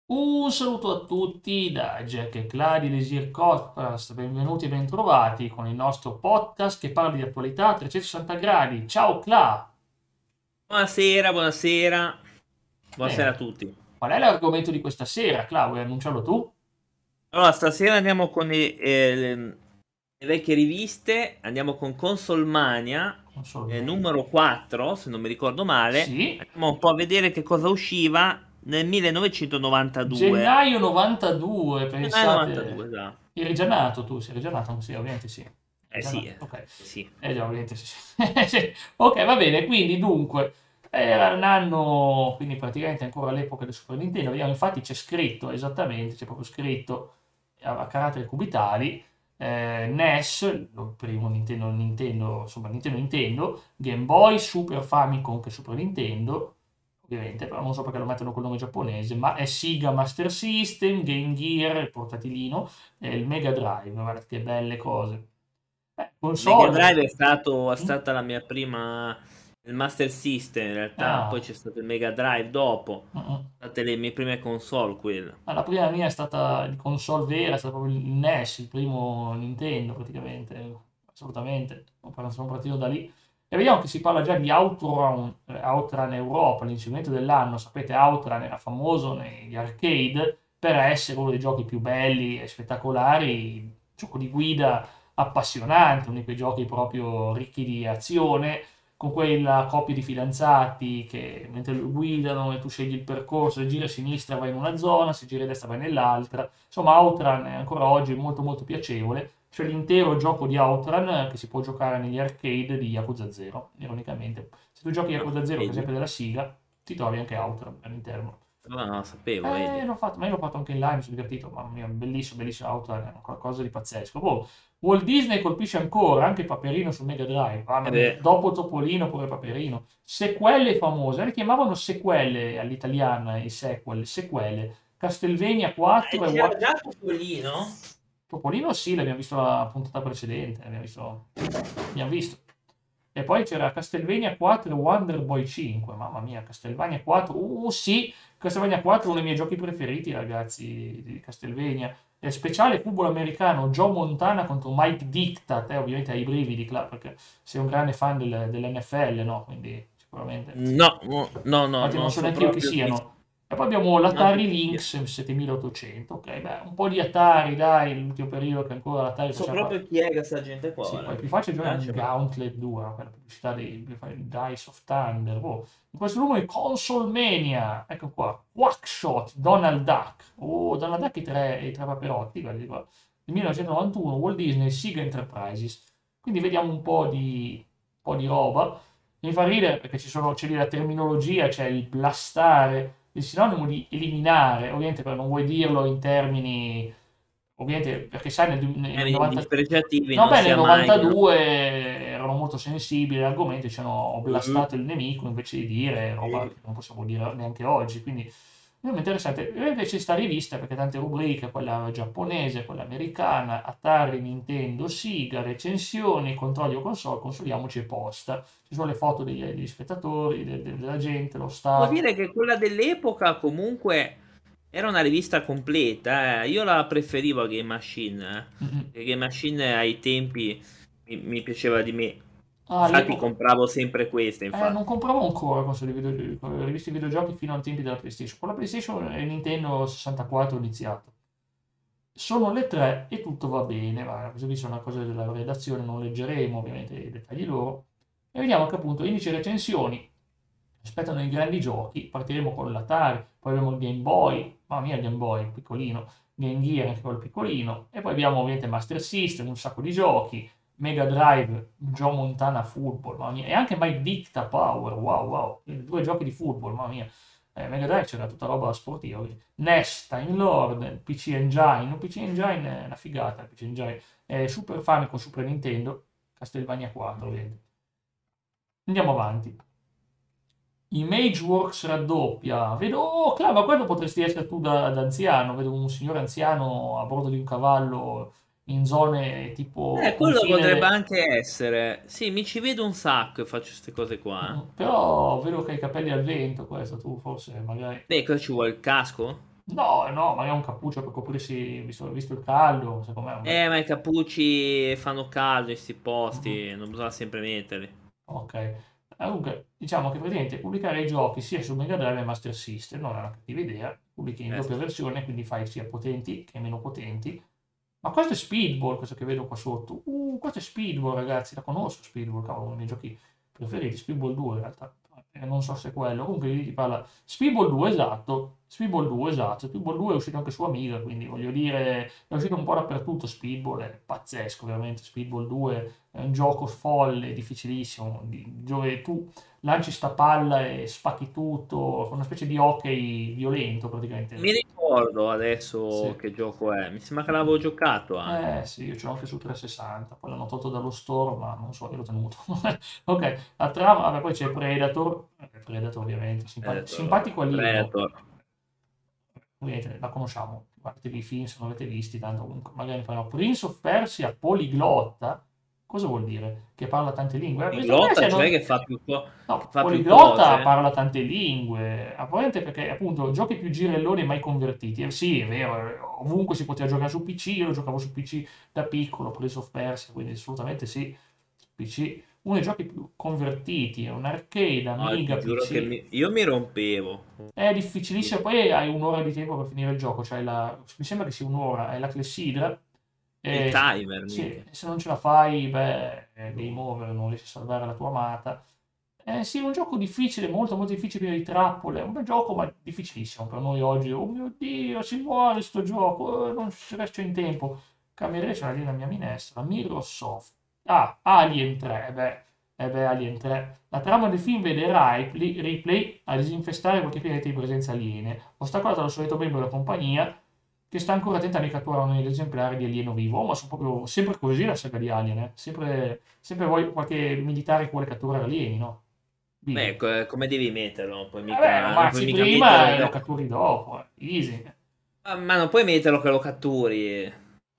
Un saluto a tutti da Jack e Cla di Lesir Podcast, benvenuti e bentrovati con il nostro podcast che parla di attualità a 360 gradi. Ciao Cla! Buonasera, buonasera, buonasera a Bene, tutti. qual è l'argomento di questa sera? Cla, vuoi annunciarlo tu? Allora, stasera andiamo con le vecchie riviste, andiamo con Consolmania, Non so il name. numero 4, se non mi ricordo male. Sì, Andiamo un po' a vedere che cosa usciva nel 1992. gennaio 92, Gennaio 92, pensate. esatto. Eri già nato tu? Sei già nato? Sì, ovviamente sì. Eri Eh già sì, nato, ok. sì. Già, ovviamente sì. Sì. Ok, va bene, quindi dunque, era un anno, quindi praticamente ancora all'epoca del Super Nintendo, vediamo, infatti c'è scritto esattamente, c'è proprio scritto a caratteri cubitali, NES, il primo Nintendo, insomma Nintendo, Game Boy, Super Famicom che è Super Nintendo, ovviamente, però non so perché lo mettono col nome giapponese, ma è Sega Master System, Game Gear, il portatilino, e il Mega Drive, guarda che belle cose. Mega Console. Drive è Mm? stata la mia prima, il Master System in realtà, poi Ah, c'è stato il Mega Drive dopo, mm, mm. sono state le mie prime console quelle. Ma la prima mia è stata di console vera, è stato proprio il NES, il primo Nintendo praticamente, assolutamente. Sono partito da lì. E vediamo che si parla già di Outrun, Outrun Europa, l'inseguimento dell'anno. Sapete, Outrun era famoso negli arcade per essere uno dei giochi più belli e spettacolari, gioco di guida appassionante, uno di quei giochi proprio ricchi di azione con quella coppia di fidanzati che mentre guidano e tu scegli il percorso, se giri a sinistra vai in una zona, se giri a destra vai nell'altra. Insomma, Outrun è ancora oggi molto molto piacevole. C'è l'intero gioco di Outrun che si può giocare negli arcade di Yakuza 0, ironicamente. Se tu giochi Ah, Yakuza 0, che è vedi? sempre della Siga, ti trovi anche Outrun all'interno. No, no, sapevo, vedi. L'ho fatto, ma io l'ho fatto anche in live, mi sono divertito, mamma mia, bellissimo, bellissimo Outrun, è qualcosa di pazzesco. Boh, Walt Disney colpisce ancora, anche Paperino su Mega Drive, mamma Eh mia, beh, dopo Topolino pure Paperino. Sequelle famose, le chiamavano sequelle all'italiana, i sequel, sequelle. Castlevania 4 e c'era già Topolino? Topolino sì, l'abbiamo visto la puntata precedente, abbiamo visto. E poi c'era Castlevania 4 e Wonder Boy 5, mamma mia, Castlevania 4, sì, Castlevania 4 è uno dei miei giochi preferiti, ragazzi, di Castlevania. E speciale football americano, Joe Montana contro Mike Dicta, te ovviamente hai i brividi, perché sei un grande fan dell'NFL, no? Quindi sicuramente No, no, no, no, infatti non non so so neanche io chi proprio siano. E poi abbiamo neanche l'Atari chi sia. Lynx 7800, ok, beh, un po' di Atari, dai, l'ultimo periodo che ancora l'Atari Non so faceva proprio chi è questa gente qua, sì, poi guarda. più Mi facile giocare un piace, ma... Gauntlet 2, no? Quella pubblicità dei Dice of Thunder. Boh. In questo numero di Console Mania, ecco qua, Quackshot, Donald Duck. Oh, Donald Duck i tre paperotti, quelli qua. Del 1991, Walt Disney, Sega Enterprises. Quindi vediamo un po' di roba. Mi fa ridere perché c'è lì la terminologia, c'è il blastare, il sinonimo di eliminare, ovviamente non vuoi dirlo in termini, ovviamente perché sai nel Termini 90, dispregiativi no non beh nel sia mai... 92 erano molto sensibili all'argomento, ci hanno Uh, oblastato il nemico invece di dire roba che non possiamo dire neanche oggi, quindi è interessante. E invece sta rivista perché tante rubriche, quella giapponese, quella americana, Atari, Nintendo, Sega, recensioni, controlli o console, consoliamoci e posta. Ci sono le foto degli spettatori, della gente, lo devo staff. dire che quella dell'epoca comunque era una rivista completa, eh. Io la preferivo a Game Machine, Mm, mm. perché Game Machine ai tempi mi piaceva di me. Ah, Infatti all'epoca compravo sempre queste, non infatti. compravo ancora con le riviste di videogiochi fino ai tempi della PlayStation. Con la PlayStation e Nintendo 64 ho iniziato. Sono le 3 e tutto va bene. Va, queste qui sono una cosa della redazione, non leggeremo ovviamente i dettagli loro. E vediamo che appunto indice recensioni aspettano i grandi giochi. Partiremo con l'Atari, poi abbiamo il Game Boy, mamma mia il Game Boy piccolino, Game Gear anche quello piccolino, e poi abbiamo ovviamente Master System, un sacco di giochi, Mega Drive, Joe Montana Football, mamma mia, e anche My Dicta Power, wow wow, due giochi di football, mamma mia. Mega Drive c'era tutta roba sportiva, quindi NES, Time Lord, PC Engine, un PC Engine è una figata, il PC Engine, Super Famicom, Super Nintendo, Castlevania 4, ovviamente. Andiamo avanti. Imageworks raddoppia. Vedo, oh, Cla, ma quello potresti essere tu da anziano. Vedo un signore anziano a bordo di un cavallo in zone tipo Quello potrebbe confine. anche essere. Sì, mi ci vedo un sacco e faccio queste cose qua. Però vedo che hai i capelli al vento, questo tu forse magari. Beh, cosa ci vuole il casco? No, no, magari un cappuccio per coprirsi, visto il caldo, secondo me è un bel... Ma i cappucci fanno caldo in questi Mhm. posti, non bisogna sempre metterli. Ok. Comunque, diciamo che praticamente pubblicare i giochi sia su Mega Drive e Master System non è una cattiva idea, pubblichi in doppia Sì. versione, quindi fai sia potenti che meno potenti. Ma questo è Speedball, questo che vedo qua sotto. Questo è Speedball, ragazzi, la conosco Speedball, cavolo, uno dei miei giochi preferiti, Speedball 2 in realtà. Non so se è quello, comunque lì ti parla Speedball 2, esatto. Speedball 2, esatto. Speedball 2 è uscito anche su Amiga, quindi voglio dire, è uscito un po' dappertutto. Speedball è pazzesco, veramente. Speedball 2 è un gioco folle, difficilissimo, dove tu lanci sta palla e spacchi tutto, una specie di hockey violento Mi praticamente. ricordo Sì. adesso che gioco è, mi sembra che l'avevo giocato anche. Sì, io ce l'ho anche su 360, poi l'hanno tolto dallo store, ma non so, io l'ho tenuto. Ok, la trama, vabbè, poi c'è Predator, Predator ovviamente, simpatico alieno, Predator. ovviamente la conosciamo, guardatevi i film se non avete visti, tanto comunque magari ne parliamo. Prince of Persia, poliglotta, cosa vuol dire? Che parla tante lingue? Prince of Glotta, Persia cioè non... che No, fa più poliglotta cose? parla tante lingue, apparentemente perché appunto giochi più girelloni mai convertiti. Sì, è vero, ovunque si poteva giocare su PC, io lo giocavo su PC da piccolo, Prince of Persia, quindi assolutamente sì, PC. Uno dei giochi più convertiti, è un arcade, No, Amiga, ti giuro che PC. io mi rompevo. È difficilissimo, poi hai un'ora di tempo per finire il gioco, mi sembra che sia un'ora, è la clessidra, Il e timer, sì, mica. se non ce la fai, beh, è game over, non riesci a salvare la tua amata. Sì, è un gioco difficile, molto molto difficile, pieno di trappole, è un bel gioco ma difficilissimo per noi oggi. Oh mio Dio, si muore sto gioco, non ci resto in tempo. Cambierei, c'è lì la mia minestra, Microsoft. Ah, Alien 3, beh, Alien 3. La trama del film vede Ripley a disinfestare qualche pianeta di presenza aliene, ostacolato dal solito membro della compagnia che sta ancora tentando di catturare un esemplare di alieno vivo. Oh, ma sono proprio sempre così la saga di Alien, eh? Sempre qualche militare che vuole catturare alieni, no? Beh, Vivi. come devi metterlo? Vabbè, lo Non puoi ammazzi mica metterlo prima e lo che... catturi dopo, easy. Ma non puoi metterlo che lo catturi.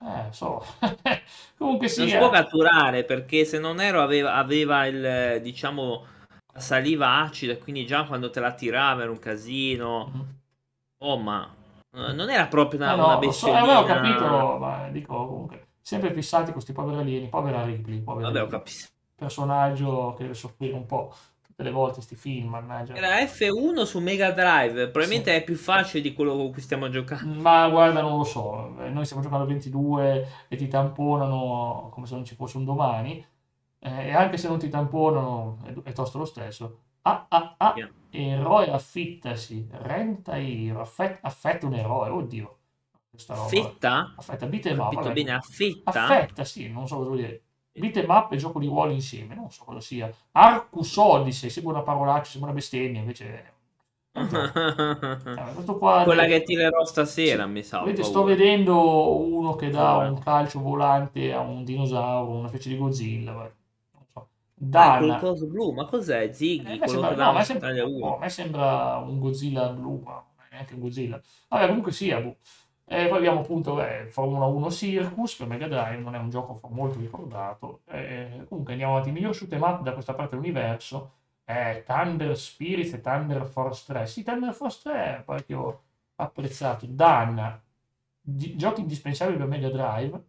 So. Comunque Non si può sia. catturare perché se non ero aveva il, diciamo, la saliva acida, quindi già quando te la tirava era un casino. Mhm. Oh, ma non era proprio una No, lo so, vabbè, ho bestiolina. capito, ma dico comunque, sempre fissati con questi poveri alieni, povera Vabbè, ho Ripley, capito. personaggio che deve soffrire un po' tutte le volte, sti film, mannaggia. Era F1 su Mega Drive, Sì. probabilmente è più facile di quello con cui stiamo giocando. Ma guarda, non lo so, noi stiamo giocando a 22 e ti tamponano come se non ci fosse un domani, e anche se non ti tamponano è tosto lo stesso. Yeah. Eroe affittasi, renta Hero, affetta un eroe, oddio, questa roba, Affetta? affetta, beat Ho 'em up, capito vabbè, bene, affetta? affetta, sì, non so cosa vuol dire, beat 'em up e gioco di ruolo insieme, non so cosa sia, Arcus Odyssey, sembra una parolaccia, sembra una bestemmia, invece è un gioco. Questo qua Quella che tirerò stasera, sì, mi sa, ho vedete, sto paura. vedendo uno che dà Cioè. un calcio volante a un dinosauro, una specie di Godzilla, non so. Ah, è quel Dan, coso blu, ma cos'è? a Ziggy, me quello sembra, che no, davano su Italia boh, 1. a me sembra un Godzilla blu, ma non è neanche un Godzilla. Vabbè, comunque sia, boh. Poi abbiamo appunto Formula 1 Circus per Mega Drive, non è un gioco molto ricordato. Comunque andiamo avanti, miglior shoot 'em up da questa parte dell'universo è Thunder Spirits e Thunder Force 3. Sì, Thunder Force 3 è parecchio apprezzato. Dan, giochi indispensabili per Mega Drive.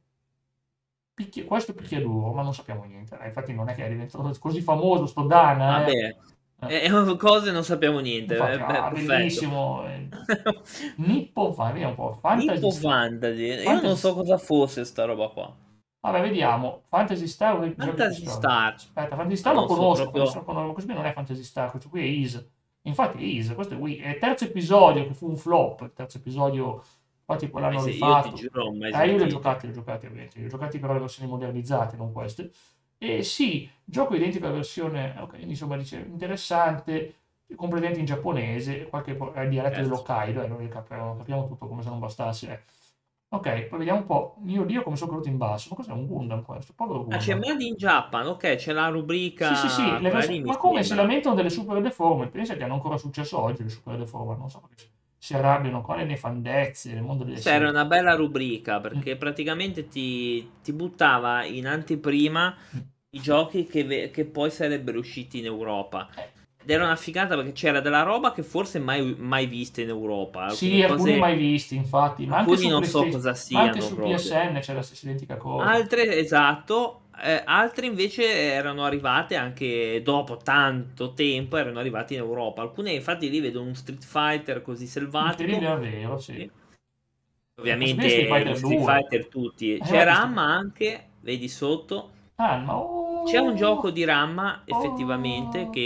Questo picchiaduro, ma non sappiamo niente. Infatti non è che è diventato così famoso sto Dan, eh. Vabbè, Eh, cose non sappiamo niente. Infatti, Beh, perfetto. bellissimo. Nippon, vediamo un po'. Fantasy Nippo Star. Fantasy. Io non Fantasy so cosa fosse sta roba qua. Vabbè, vediamo. Fantasy Star, uno dei giochi più Fantasy storici. Star. Aspetta, Fantasy Ma Star lo non so conosco, Fantasy proprio. Star questo qui non è Fantasy Star, questo qui è Is. Infatti è Is, questo è Wii. È il terzo episodio che fu un flop, il terzo episodio, infatti poi l'hanno Io ti rifatto. giuro, non ho mai Io sentito. li ho giocati ovviamente, li ho giocati però le versioni modernizzate, non queste. E sì, gioco identico alla versione, ok, insomma dice interessante, completamente in giapponese, qualche dialetto Certo. dell'Hokkaido, noi capiamo tutto come se non bastasse. Ok, poi vediamo un po'. Mio Dio, come sono caduto in basso. Ma cos'è un Gundam questo? Povero Ah, c'è Gundam. Made in Japan. Ok, c'è la Sì, sì, sì, rubrica. Quella lì mi ma come si sembra. lamentano delle super deforme? Pensa che hanno ancora successo oggi le super deforme, non so perché si arrabbiano qua le nefandezze nel mondo delle Questa era serie. una bella rubrica Mm, perché praticamente ti buttava in anteprima mm. i giochi che poi sarebbero usciti in Europa. Ed era una figata perché c'era della roba che forse mai vista in Europa. Sì, Alcune alcuni cose, mai visti, infatti, ma anche alcuni su non so PlayStation, cosa ma anche siano su proprio. PSN c'è la stessa identica cosa. Altre, esatto, altre invece erano arrivate anche dopo tanto tempo, erano arrivate in Europa. Alcune infatti lì vedo un Street Fighter così Incredibile, selvatico. è vero, sì. Sì. Posso dire Street Ovviamente gli Fighter Street 2. Fighter tutti. Ma C'è che Street... Ramma anche, vedi sotto. Ah, ma... C'è un Oh, gioco di Ramma effettivamente oh.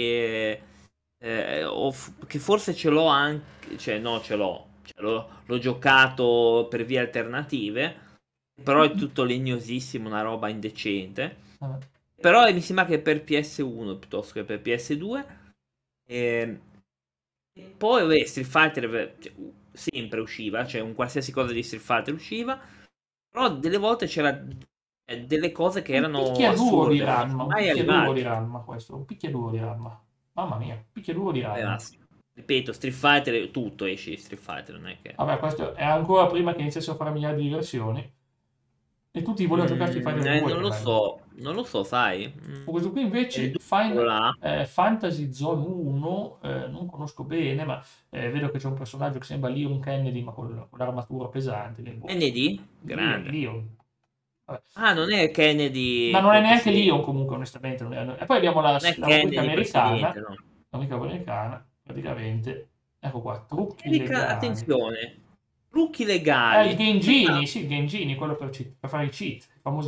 che forse ce l'ho anche, cioè no, ce l'ho. Cioè, l'ho giocato per vie alternative, però è tutto legnosissimo, una roba indecente. Vabbè. Però mi sembra che per PS1 piuttosto che per PS2. E poi vabbè, Street Fighter cioè, sempre usciva, cioè un qualsiasi cosa di Street Fighter usciva, però delle volte c'era delle cose che Un erano picchiaduro di assurde, non RAM, sono un mai picchiaduro di arrivati. RAM questo, un picchiaduro di RAM. Mamma mia, un picchiaduro di Ma RAM. sì. Ripeto, Street Fighter, tutto esce di Street Fighter, non è che... Vabbè, questo è ancora prima che iniziassero a fare miliardi di versioni. E tutti volevano giocare Street Fighter 2, che bello. Non lo so, sai? Questo qui È il invece, dubbio là. Fantasy Zone 1, non conosco bene, ma vedo che c'è un personaggio che sembra Leon Kennedy, ma con l'armatura pesante. Quindi, boh. Kennedy? Leon, Grande. Leon. Vabbè. Ah, non è Ma Kennedy non è quel che neanche si... Leon comunque, onestamente. E poi abbiamo Non è la rubrica Kennedy il presidente, americana, no? la rubrica americana, praticamente, ecco qua, trucchi legali. Attenzione, trucchi Il legali. Gengini, sì, il Gengini, quello per fare i cheat,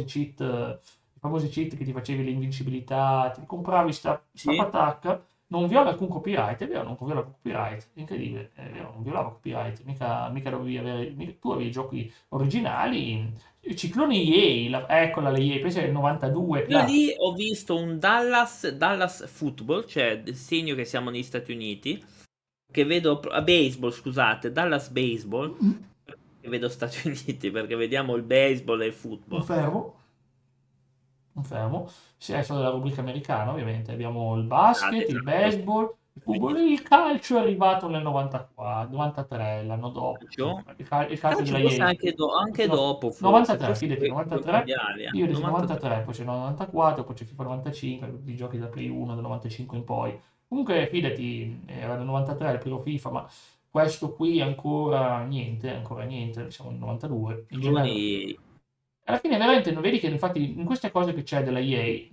i famosi cheat che ti facevi l'invincibilità, ti compravi sta Sì. patacca, non viola alcun copyright, è vero, non viola copyright, incredibile, è vero, non violava copyright, mica dovevi avere, tu avevi giochi originali, cicloni EA, eccola le EA, pensa che è il 92, Io là. lì ho visto un Dallas Football, cioè del segno che siamo negli Stati Uniti, che vedo a baseball, scusate, Dallas Baseball, che vedo Stati Uniti perché vediamo il baseball e il football. Confermo, confermo. Sì, è stata la rubrica americana, ovviamente. Abbiamo il Esatto, basket, il esatto. baseball, il football e il calcio è arrivato nel 94, 93, l'anno dopo. Calcio? Il calcio della Calcio forse EA. anche dopo, forse, 93, forse fidati, quei 93. mondiali, Io ho detto 93. 93, poi c'è il 94, poi c'è FIFA 95, tutti i giochi da Play 1 del 95 in poi. Comunque, fidati, era del 93 il primo FIFA, ma questo qui ancora niente, siamo nel 92. In gennaio Cicloni, alla fine veramente non vedi che infatti in queste cose che c'è della EA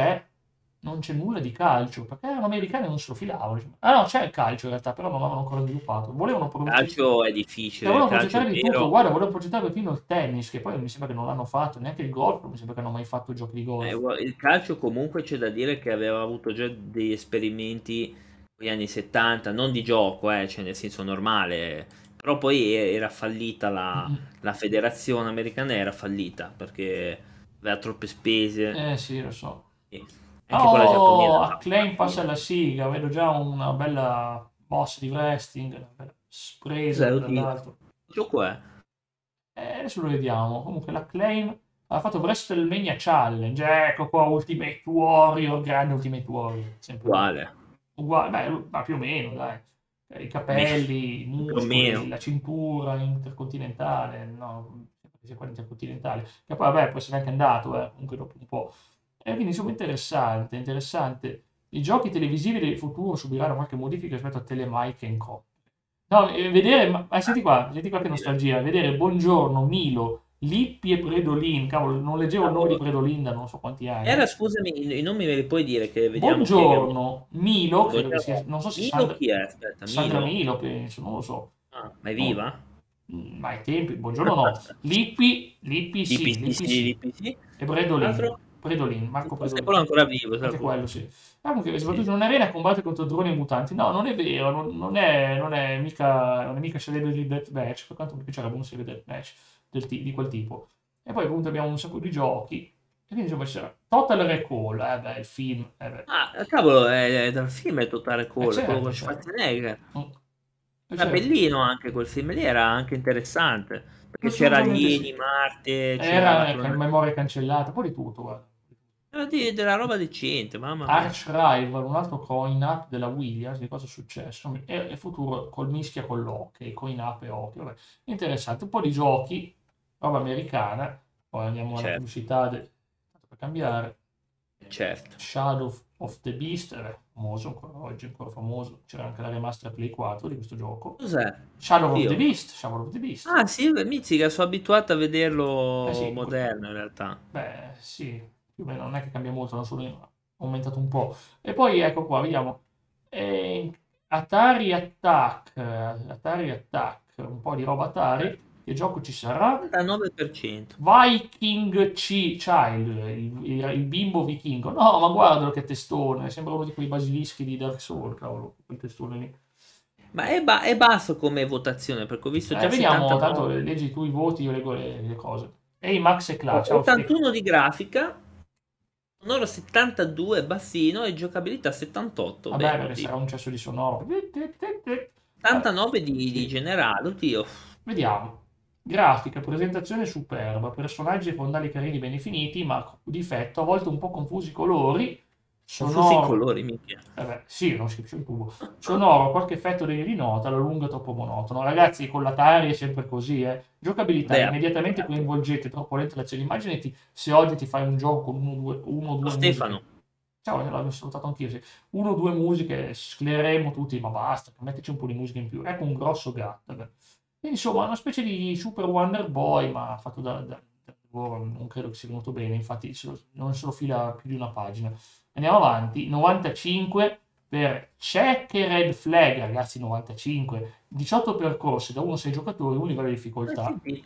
non c'è nulla di calcio, perché erano americani e non se lo filavano. Ah no, c'è il calcio in realtà, però non l'avevano ancora sviluppato. calcio è difficile, il Volevano calcio progettare di tutto, vero. guarda, volevano progettare perfino il tennis, che poi mi sembra che non l'hanno fatto, neanche il golf, non mi sembra che hanno mai fatto giochi di golf. Il calcio comunque c'è da dire che aveva avuto già degli esperimenti negli anni 70, non di gioco, cioè nel senso normale, però poi era fallita Mm-mm. la federazione americana, era fallita perché aveva troppe spese, Eh sì, lo so. e anche quella giapponese Oh, ha fatto una Acclaim passa fine. alla siga, vedo già una bella mossa di wrestling, una bella spresa Cos'è, l'un oddio? dall'altro. Che gioco è? Adesso lo vediamo. Comunque la Claim ha fatto WrestleMania Challenge. Ecco qua Ultimate Warrior, grande Ultimate Warrior, sempre lui. Uguale, Uguale, beh, ma più o meno, dai. I me- capelli, i più o muscoli, meno. la cintura intercontinentale, no, che sia quella intercontinentale. Che poi, vabbè, può essere anche andato, comunque dopo un po'. E quindi insomma interessante, interessante. I giochi televisivi del futuro subiranno qualche modifica rispetto a Telemike e Co. No, vedere, senti qua che nostalgia, vedere Buongiorno, Milo, Lippi e Predolin, cavolo, non leggevo il nome di Cavolo. Predolin da non so quanti Era, anni. scusami, i nomi me li puoi dire che vediamo chi è che... Buongiorno, Milo, credo che sia, Vogliamo... non so se Milo Sandra, chi è? Aspetta, Sandra Milo? Milo, penso, non lo so. Ah, ma è No, viva? ma ai tempi, buongiorno no. Lippi DPC, sì. DPC. E Predolin, Altro? Marco Forse Predolin. quello è ancora vivo, sai Anche pure. quello sì. Comunque, Sì. soprattutto in un'arena combatte contro droni e mutanti. No, non è vero, non è mica Celebrity Deathmatch, per quanto mi piacerebbe un Celebrity Deathmatch di quel tipo. E poi appunto abbiamo un sacco di giochi. E quindi insomma c'era Total Recall, beh, il film, beh. Ah, cavolo, è dal film è Totale Call, quello con Certo, certo. Schwarzenegger. Mm, Era certo. bellino anche quel film lì, era anche interessante, perché c'era Assolutamente alieni, sì. Marte, c'era la Era colonna... memoria cancellata, un po' di tutto, guarda. Era della roba decente, mamma mia. Arch Rival, un altro coin-up della Williams, di cosa è successo? È futuro col mischia con l'hockey, coin-up e hockey, vabbè. Interessante, un po' di giochi, roba americana, poi andiamo alla Certo. pubblicità, tanto per cambiare. Certo. Shadow of the Beast, famoso, ancora oggi ancora famoso. C'era anche la remaster Play 4 di questo gioco. Cos'è? Shadow of the Dio. Beast, Shadow of the Beast. Ah, sì, mizzica, sono abituato a Eh vederlo sì, moderno in realtà. beh, sì, più o meno non è che cambia molto, non solo ha aumentato un po'. E poi ecco qua, vediamo. Eh, Atari Attack, un po' di roba Atari. Che gioco ci sarà? 99%. Viking Child, il bimbo vichingo. No, ma guardalo che testone, sembra uno di quei basilischi di Dark Souls, cavolo, quel testone lì. Ma è basso come votazione, perché ho visto già Vediamo, tanto 79. leggi tu i voti, io leggo le cose. Ehi, Max e Cla, Ho ciao Ste. 81 di grafica, sonoro 72 bassino e giocabilità 78. Vabbè, Beh, perché oddio. sarà un cesso di sonoro. Vabbè, 89 di generale, oddio. vediamo. Grafica, presentazione superba, personaggi e fondali carini ben definiti, ma difetto, a volte un po' confusi i colori, Confusi i sonoro, colori, minchia. sì, non si capisce il tubo, sonoro, qualche effetto degno di nota, la lunga troppo monotono. Ragazzi, con l'Atari è sempre così, eh. Giocabilità Beh, immediatamente coinvolgente, troppo lenta l'azione. Immaginati se oggi ti fai un gioco con uno o lo due Stefano. musiche. Ciao, l'avevo salutato anch'io, sì. Uno o due musiche, sclereremo tutti, ma basta, mettici un po' di musica in più. Ecco un grosso gatto. Quindi, insomma, una specie di Super Wonder Boy, ma fatto da loro, non credo che sia venuto bene, infatti non se lo fila più di una pagina. Andiamo avanti, 95 per Checkered Flag, ragazzi, 95, 18 percorsi da 1 a 6 giocatori, un livello di difficoltà. Sì.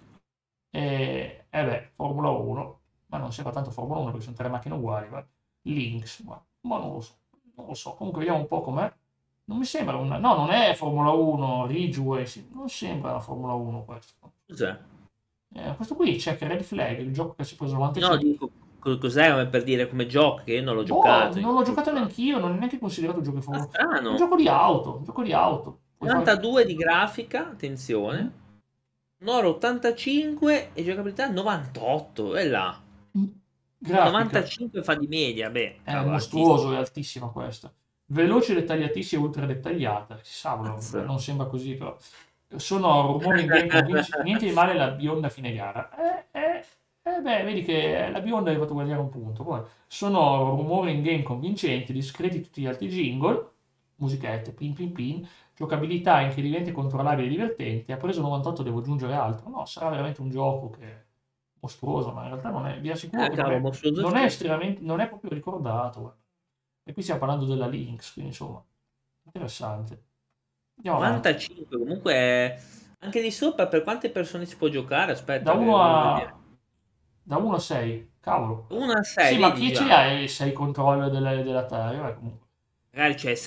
Beh, Formula 1, ma non sembra tanto Formula 1 perché sono tre macchine uguali, va. Lynx, ma non lo so, non lo so. Comunque vediamo un po' com'è. Non mi sembra una... No, non è Formula 1, Ridgeway, sì, non sembra una Formula 1 questo. Cos'è? Questo qui c'è che Red Flag, il gioco che si è preso No, 95. dico, cos'è come per dire come gioco, che io non l'ho Boh, giocato. non l'ho giocato neanch'io, non è neanche considerato un gioco di Ma Formula 1. È un strano. gioco di auto, un gioco di auto. Puoi fare... 92 di grafica, Mm? attenzione. Sonoro 85 e giocabilità 98. E là. Mm. Ma Grafica, 95 fa di media, beh, è cavolo, altissimo. mostruoso, è altissima questa. Veloce, dettagliatissima e ultra dettagliata. Cavolo, Cazzo. non sembra così però. Sonoro, rumore in game convince, niente di male la bionda a fine gara. Beh, vedi che la bionda hai fatto guadagnare un punto. Poi, sonoro, rumore in game convincenti, discreti tutti gli altri jingle, musichette, pin pin pin, giocabilità incredibile, controllabile e divertente. Ha preso 98, devo aggiungere altro. No, sarà veramente un gioco che è mostruoso, ma in realtà non è, vi assicuro che Cavolo, mostruoso non è sì. estremamente, non è proprio ricordato. Guarda. E qui stiamo parlando della Lynx, quindi insomma, interessante. Andiamo avanti. 95, comunque anche di sopra per quante persone si può giocare? Da Aspetta che 1 voglio vedere. da 1 a 6, cavolo. 1 a 6, Sì, ma vedi chi ce già. l'ha i 6 controller dell'Atari? Vabbè, comunque. Magari c'è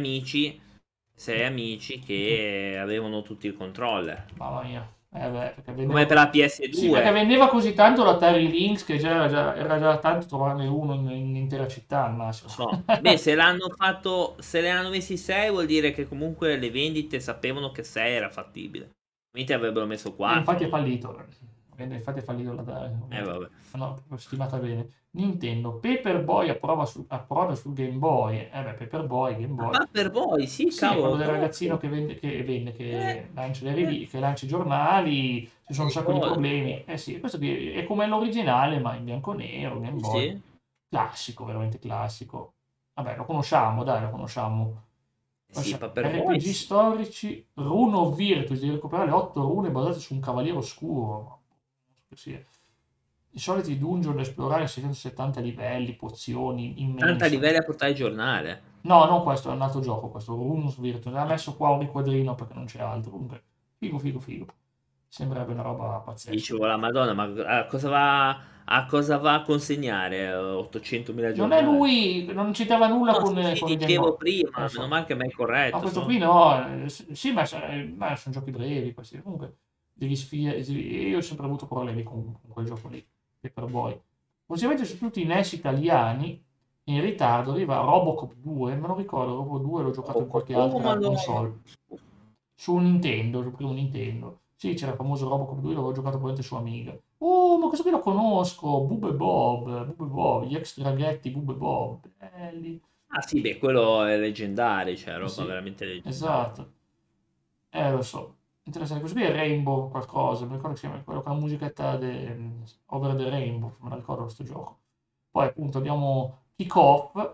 sei amici che avevano tutti il controller. Mamma mia. Beh, perché Come vendeva, per la sì, perché PS2. vendeva così tanto l'Atari Lynx che era già tanto trovarne uno in intera città al Lo massimo. so. Beh, se l'hanno fatto, se le hanno messi 6 vuol dire che comunque le vendite sapevano che 6 era fattibile. Altrimenti avrebbero messo E infatti è 4. fallito. Infatti è fallito l'Atari. Vabbè. No, proprio stimata bene. Nintendo, Paperboy approda sul Game Boy. Beh, Paperboy, Game Ah, Boy. Paperboy, sì, Sì, è quello cavolo, del ragazzino conosco. che lancia Eh, che lancia i giornali, ci sono mi un sacco di ricordo. problemi. Eh sì, questo qui è come l'originale, ma in bianco e nero, Game Sì, Boy. sì. Classico, veramente classico. Vabbè, lo conosciamo, dai, lo conosciamo. Sì, Paperboy, RPG sì. storici, Rune of Virtus, di recuperare le 8 rune basate su un cavaliere oscuro. Sì. I soliti dungeon da esplorare, 670 livelli, pozioni, 80 immenso. livelli a portare il giornale. No, non questo, è un altro gioco, questo Runes Virtus. Ha messo qua un riquadrino perché non c'è altro. Comunque, figo, figo, figo. Sembrerebbe una roba pazzesca. Dicevo, la Madonna, ma a cosa va a consegnare 800.000 Non è giornali? lui, non c'entrava nulla No, sì, sì, con il Game Boy. dicevo prima, meno So. male che mi hai Ma corretto, questo qui no, sì, ma sono giochi brevi questi. Comunque, io ho sempre avuto problemi con quel gioco lì, Paperboy. Possibilmente su tutti i NES italiani, in ritardo arriva Robocop 2, me lo ricordo, Robocop 2 l'ho giocato in qualche ma altra no. console. Su un Nintendo, sul primo Nintendo. Sì, c'era il famoso Robocop 2, l'avevo giocato probabilmente su Amiga. Ma questo qui lo conosco, Bub e Bob, gli ex draghetti Bub e Bob, belli. Ah sì, beh, quello è leggendario, cioè roba Sì, veramente leggendaria. esatto. Lo so. Interessante. Questo qui è Rainbow qualcosa, mi ricordo che si chiama quello con la musichetta Over the Rainbow, me la ricordo questo gioco. Poi appunto abbiamo Kick-off,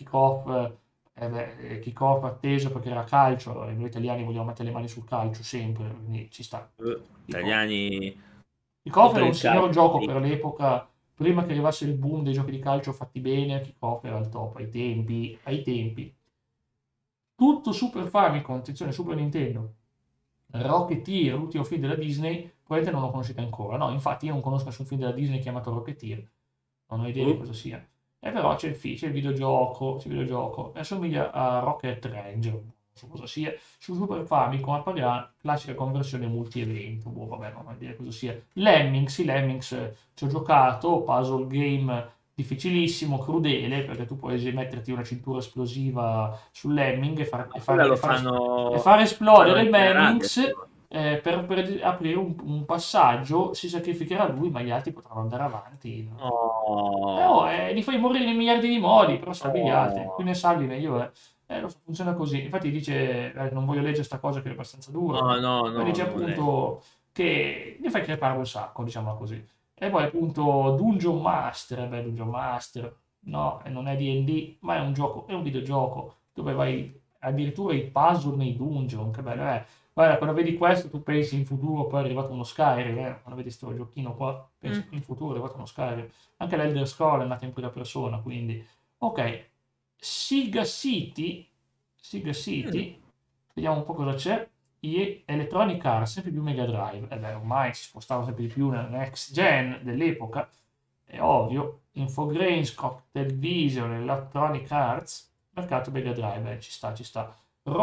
kick-off atteso perché era calcio, e noi italiani vogliamo mettere le mani sul calcio sempre, quindi ci sta. Kick-off. Italiani Kick-off sopra era un il signor calcio. gioco per l'epoca, prima che arrivasse il boom dei giochi di calcio fatti bene, Kick-off era il top ai tempi. Tutto Super Famicom, attenzione, Super Nintendo, Rocketeer, l'ultimo film della Disney, probabilmente non lo conoscete ancora. No, infatti io non conosco nessun film della Disney chiamato Rocketeer, non ho idea di Uh, cosa sia. E però c'è il videogioco, e assomiglia a Rocket Ranger, non so cosa sia, su Super Famicom appare classica conversione multi-evento, boh, vabbè, non ho idea di cosa sia. Lemmings, sì, Lemmings, ci ho giocato, puzzle game difficilissimo, crudele, perché tu puoi metterti una cintura esplosiva sul Lemming ma quella e lo far fanno esplodere il anche in Arabia, Lemmings però. per aprire un passaggio, si sacrificherà lui, ma gli altri potranno andare avanti. No? Oh, Li fai morire in miliardi di modi, però salvi gli altri. Più oh, ne salvi meglio è. Lo so, funziona così. Infatti dice, non voglio leggere sta cosa che è abbastanza dura, no, no, però no, dice non è. appunto che ne fai crepare un sacco, diciamola così. E poi appunto Dungeon Master, Dungeon Master, no, e non è D&D, ma è un gioco, è un videogioco dove vai addirittura i puzzle nei dungeon, che bello è. Guarda, quando vedi questo tu pensi in futuro, poi è arrivato uno Skyrim, quando vedi sto giochino qua, pensi Mm, in futuro è arrivato uno Skyrim. Anche l'Elder Scroll è andato in prima persona, quindi... Ok, Siga City, Siga mm, City, vediamo un po' cosa c'è. Electronic Arts, sempre più Mega Drive, e beh, ormai si spostava sempre di più nella next gen dell'epoca, è ovvio. Infogrames, Cocktail Vision, Electronic Arts, mercato Mega Drive, ci sta, ci sta.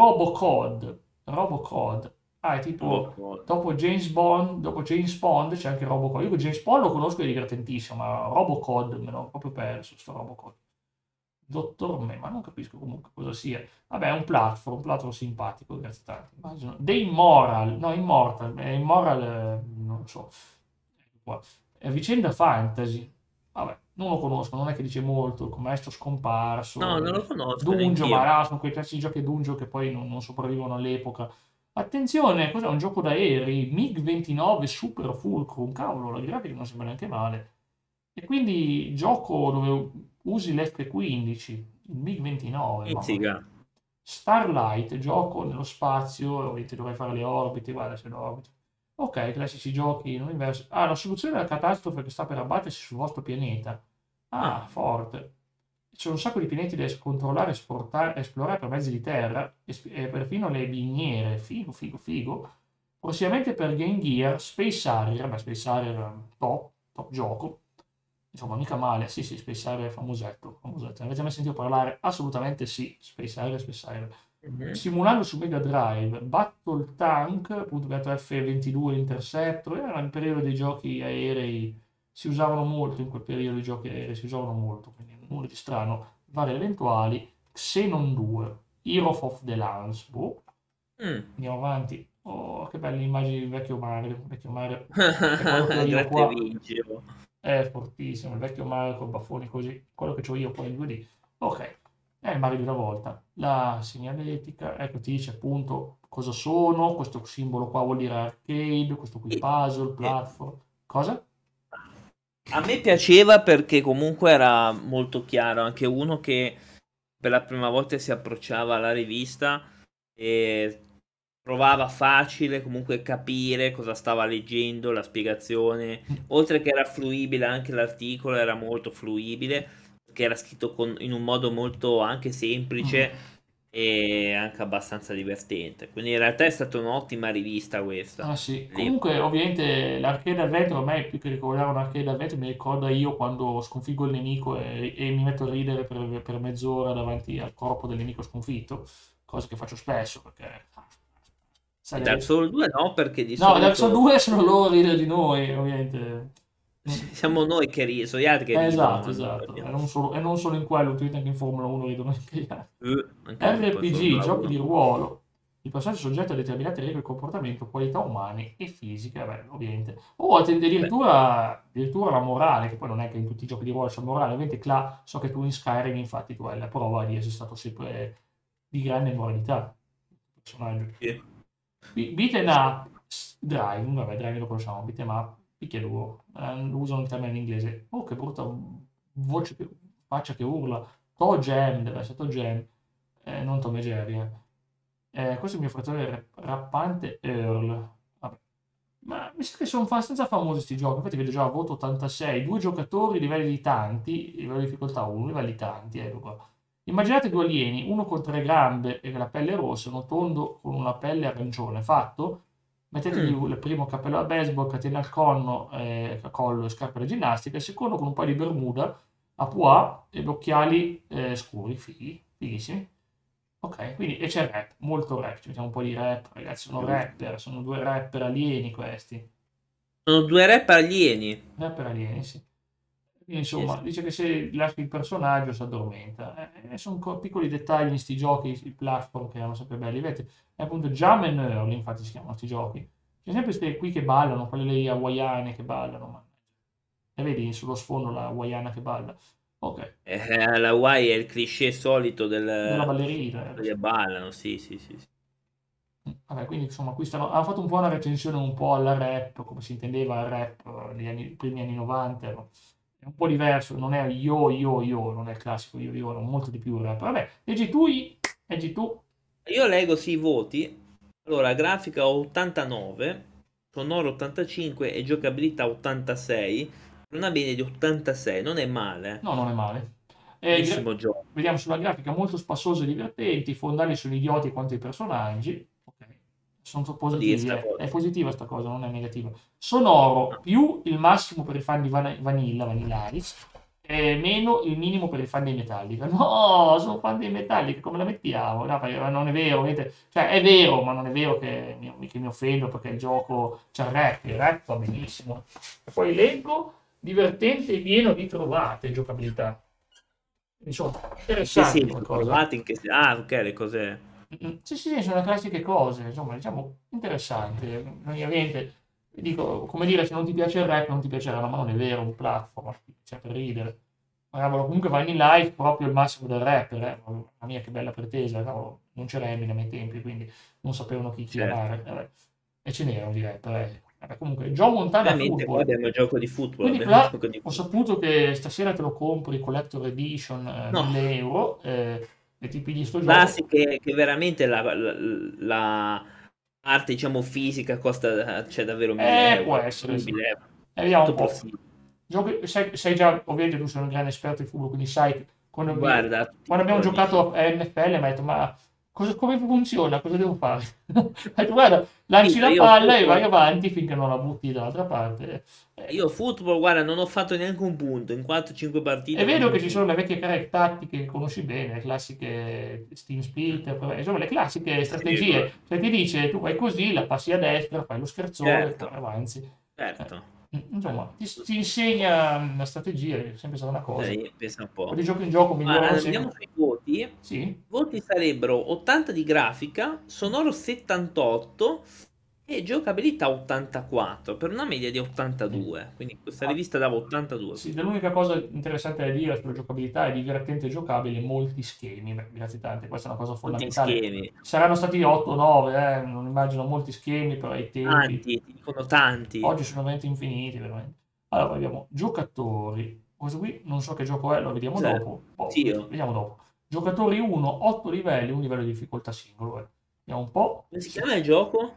Robocode, è tipo Robocop. dopo James Bond c'è anche Robocode. Io James Bond lo conosco, è divertentissimo, ma Robocode me l'ho proprio perso, sto Robocode. Dottor Me, ma non capisco comunque cosa sia. Vabbè, è un platform simpatico, grazie tanto. Immagino. The Immoral, no, Immortal, Immoral, non so. Ecco qua. È Vicenda Fantasy. Vabbè, non lo conosco, non è che dice molto, il maestro No, scomparso, non lo conosco Dungeon, ma neanch'io. là, sono quei classici giochi Dungeon che poi non sopravvivono all'epoca. Attenzione, cos'è un gioco d'aerei? MiG-29 Super Fulcrum, cavolo, la grafica non sembra neanche male. E quindi gioco dove usi l'F-15, il MiG-29, mamma mia. Pizzica. Starlight, gioco nello spazio, ovviamente dovrai fare le orbite, guarda se le orbite. Ok, classici giochi in universo. Ah, la soluzione della catastrofe che sta per abbattersi sul vostro pianeta. Ah, Ah, forte. C'è un sacco di pianeti da controllare, esportare, esplorare per mezzi di terra, e perfino le miniere. Figo, figo, figo. Prossimamente per Game Gear, Space Harrier, beh, Space Harrier top, top gioco. Insomma, mica male. Sì, sì, Space Harrier è famosetto, famosetto. Ne avete mai sentito parlare? Assolutamente sì, Space Harrier, Space Harrier. mhm. Simulando su Mega Drive, Battle Tank, appunto abbiamo detto F-22 Interceptor, era il periodo dei giochi aerei, si usavano molto in quel periodo i giochi aerei, si usavano molto, quindi nulla di strano. Vari eventuali, Xenon 2, Hero of the Lance, boh. Mm. Andiamo avanti. Oh, che belle immagini del vecchio Mario, che è quello che ho io Grazie qua. Vigio. È fortissimo, il vecchio Mario con baffoni così, quello che ho io poi in 2D. Ok, è il Mario di una volta. La segnaletica, ecco ti dice appunto cosa sono, questo simbolo qua vuol dire arcade, questo qui E- puzzle, e- platform. Cosa? A me piaceva perché comunque era molto chiaro, anche uno che per la prima volta si approcciava alla rivista e trovava facile comunque capire cosa stava leggendo, la spiegazione, oltre che era fruibile anche l'articolo, era molto fruibile, perché era scritto in un modo molto anche Mm. semplice e anche abbastanza divertente. Quindi in realtà è stata un'ottima rivista questa. Ah sì, All'epoca. comunque ovviamente l'arcade adventure a me più che ricordare un arcade adventure mi ricorda io quando sconfiggo il nemico e mi metto a ridere per mezz'ora davanti al corpo del nemico sconfitto, cosa che faccio spesso perché E Dark sarebbe... Souls 2 no, perché di No, Dark Souls solito 2 sono loro a ridere di noi, ovviamente. siamo noi che ridono, sono gli altri che ridono Esatto, quando esatto. parliamo. E non solo in quello, ultimamente anche in Formula 1 ridono anche gli altri. Anche poi RPG, Formula giochi 1. di ruolo. Il personaggio è soggetto a determinate regole di comportamento, qualità umane e fisiche, vabbè, ovviamente. O Beh, addirittura la morale, che poi non è che in tutti i giochi di ruolo c'è morale. Ovviamente, so che tu in Skyrim, infatti, tu hai la prova di essere stato sempre di grande moralità. Personaggio. sì. Beaten up, Drive, vabbè, Drive lo conosciamo, beaten up, picchiaduro, lo usano il termine in inglese. Oh, che brutta voce, faccia che urla. Toe Jam, deve essere Toe Jam, non Tom e Jerry. Questo è il mio fratello rappante Earl. Vabbè. Ma mi sa che sono abbastanza famosi questi giochi. Infatti vedo già a voto 86, due giocatori, livelli di tanti, livello di difficoltà 1, livelli tanti, ecco qua. Immaginate due alieni, uno con tre gambe e la pelle rossa, uno tondo con una pelle arancione. Fatto? Mettetegli Mm. il primo cappello da baseball, catena al collo e scarpe da ginnastica, il secondo con un paio di bermuda a pois e gli occhiali scuri, fighi, fighissimi. Ok, quindi e c'è rap, molto rap, ci mettiamo un po' di rap, ragazzi, sono rapper, sono due rapper alieni questi, Sono due rap alieni. rapper alieni, sì. Quindi, Yes. insomma, dice che se lasci il personaggio si addormenta. Sono piccoli dettagli in sti giochi, i platform che erano sempre belli. Vedete, è appunto Jam and Earl, infatti si chiamano questi giochi. C'è sempre queste qui che ballano, quelle lì hawaiane che ballano, ma... E vedi sullo sfondo la hawaiana che balla. Ok, La Hawaii è il cliché solito della ballerina. che ballano, sì, sì, sì. Sì. Vabbè, quindi insomma, hanno fatto un po' una recensione un po' alla rap, come si intendeva il rap negli primi anni 90, no? È un po' diverso, non è yo, non è il classico yo, è molto di più il rap. Vabbè, leggi tu, Io leggo sì i voti. Allora, grafica 89, sonoro 85 e giocabilità 86. Per una media di 86, non è male. no, non è male. Bellissimo gioco. Vediamo sulla grafica molto spassosa e divertenti, i fondali sono idioti quanto i personaggi, ok, sono Può dire positivi, sta è cosa. positiva sta cosa, non è negativa. Sonoro, più il massimo per i fan di Vanilla Ice, e meno il minimo per i fan dei Metallica. No, sono fan dei Metallica, come la mettiamo? No, perché non è vero, niente. Cioè è vero, ma non è vero che mi offendo perché il gioco c'è il rap va benissimo. E poi leggo, divertente e pieno di trovate, giocabilità. Insomma, In che interessante senso? qualcosa. Trovate in che senso? Ah, ok, le cose... Sì, sì, sono le classiche cose, insomma, diciamo, interessanti. Ovviamente, dico, come dire, se non ti piace il rap, non ti piacerà, ma non è vero, un platform, c'è per ridere. Ma cavolo, comunque vai in live proprio il massimo del rapper, mamma mia, che bella pretesa, cavolo, non c'era Eminem ai tempi, quindi non sapevano chi Certo. chiamare. E ce n'erano di rapper. Vabbè, comunque, Joe Montana Ovviamente qua Football. abbiamo il gioco di football, Quindi abbiamo il là gioco di ho football. saputo che stasera te lo compri, Collector Edition, No, 1000 euro, e ti pigli sto gioco. classiche che veramente la parte, diciamo, fisica costa, c'è davvero 1000 Può euro, essere, sì. 1000 euro. Vediamo un Molto po'. possibile. Sai già, ovviamente tu sei un grande esperto di football, quindi sai che Guarda, tutti i quando abbiamo giorni, sì. giocato a NFL mi ha detto, ma come funziona? Cosa devo fare? Ha detto, guarda, lanci Capito, la palla e vai avanti finché non la butti dall'altra parte. io football, guarda, non ho fatto neanche un punto, in 4-5 È partite vero neanche che un ci punto. sono le vecchie tattiche che conosci bene, le classiche Steam Split, insomma le classiche Sì, strategie. Cioè ti dice tu vai così, la passi a destra, fai lo scherzone, poi certo, avanzi. Eh, certo. insomma, ti insegna una strategia, è sempre stata una cosa. Pensa un Poi po'. di gioco in gioco Ma migliorano andiamo sempre. sui voti. I Sì? voti sarebbero 80 di grafica, sonoro 78 e giocabilità 84, per una media di Sì. 82. Quindi questa Ah, rivista dava 82. sì, l'unica cosa interessante da dire sulla giocabilità è divertente e giocabile, molti schemi, beh, grazie tante, questa è una cosa Molti fondamentale. schemi. Saranno stati 8 o 9, non immagino molti schemi per ai tempi. Tanti, ti dicono tanti. Oggi sono veramente infiniti, veramente. Allora, abbiamo giocatori. Questo qui non so che gioco è, lo vediamo Cos'è? dopo. Oh, Zio. vediamo dopo. Giocatori 1, 8 livelli, un livello di difficoltà singolo. Vediamo un po'. Come si chiama il gioco?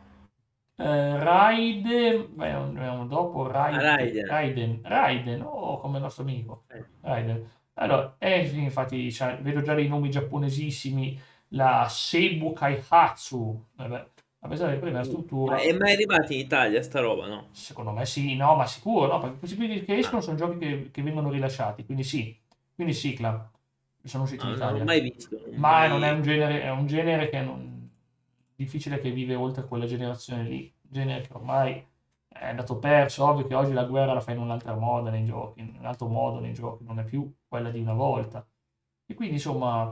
Raiden, vediamo dopo, Ah, Raiden. Raiden, oh, come il nostro amico. Eh. Raiden. Allora, sì, infatti, vedo già dei nomi giapponesissimi, la Seibu Kaihatsu, vabbè, a pesare della prima Ma struttura. è mai arrivata in Italia sta roba, no? Secondo me sì, no, ma sicuro, no, perché questi qui che Ah, escono sono giochi che vengono rilasciati, quindi sì, Cla, sono usciti in no, non l'ho Italia. mai visto, non ho Ma non mai... è un genere che non, difficile che vive oltre quella generazione lì, un genere che ormai è andato perso, ovvio che oggi la guerra la fai in un'altra moda nei giochi, in un altro modo nei giochi, non è più quella di una volta. E quindi insomma,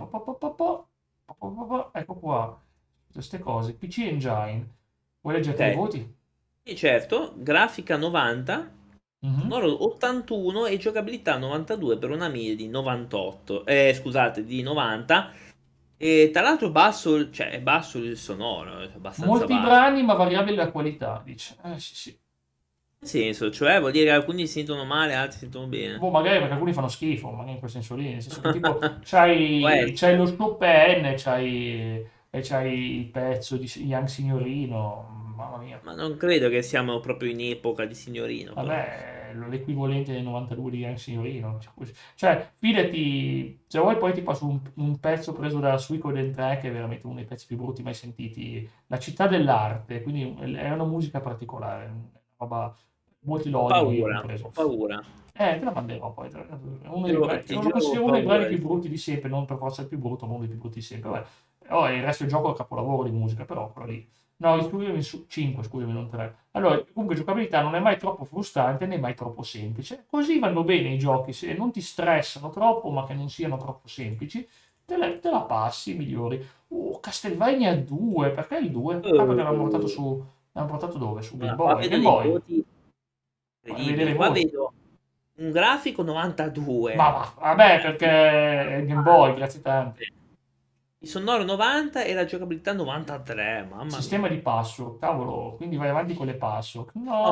ecco qua, queste cose, PC Engine, vuoi leggerti i Ok, voti? sì, certo, grafica 90, Mhm. sonoro 81 e giocabilità 92 per una media di 98, scusate, di 90. E tra l'altro basso, cioè è basso il sonoro, è abbastanza Molti basso. brani, ma variabile la qualità, dice. Sì, sì. Nel senso, cioè vuol dire che alcuni si sentono male, altri si sentono bene. Boh, magari perché alcuni fanno schifo, magari in quel senso lì, nel senso che tipo Può c'hai essere. lo Chopin e c'hai il pezzo di Young Signorino, mamma mia. Ma non credo che siamo proprio in epoca di signorino, però. Vabbè, l'equivalente del 92 di Young Signorino. Cioè, fidati, se vuoi poi ti passo un pezzo preso da Suicoden 3, che è veramente uno dei pezzi più brutti mai sentiti. La città dell'arte, quindi è una musica particolare, una roba, molti lo Ho odiano, io paura, compreso. ho paura. Te la manderò poi. È uno dei brani, Ti lo giuro, ho considero uno dei brani paura. più brutti di sempre, non per forza il più brutto, ma uno dei più brutti di sempre. Vabbè. Oh, il resto del gioco è un capolavoro di musica, però quello lì. No, scusami, 5, scusami, non 3. Allora, comunque giocabilità non è mai troppo frustrante né mai troppo semplice. Così vanno bene i giochi, se non ti stressano troppo, ma che non siano troppo semplici, te la passi, migliori. Castlevania 2, perché il 2? Ah, perché l'hanno portato dove? Su Game Ma qua Boy. vedo Game dei Boy. voti Vai a vedere incredibili. i Qua voti. vedo un grafico Ma 92. vabbè, perché è Game Boy, grazie tanto. Il sonoro 90 e la giocabilità 93. Mamma mia. Sistema di passo, cavolo, quindi vai avanti con le passo.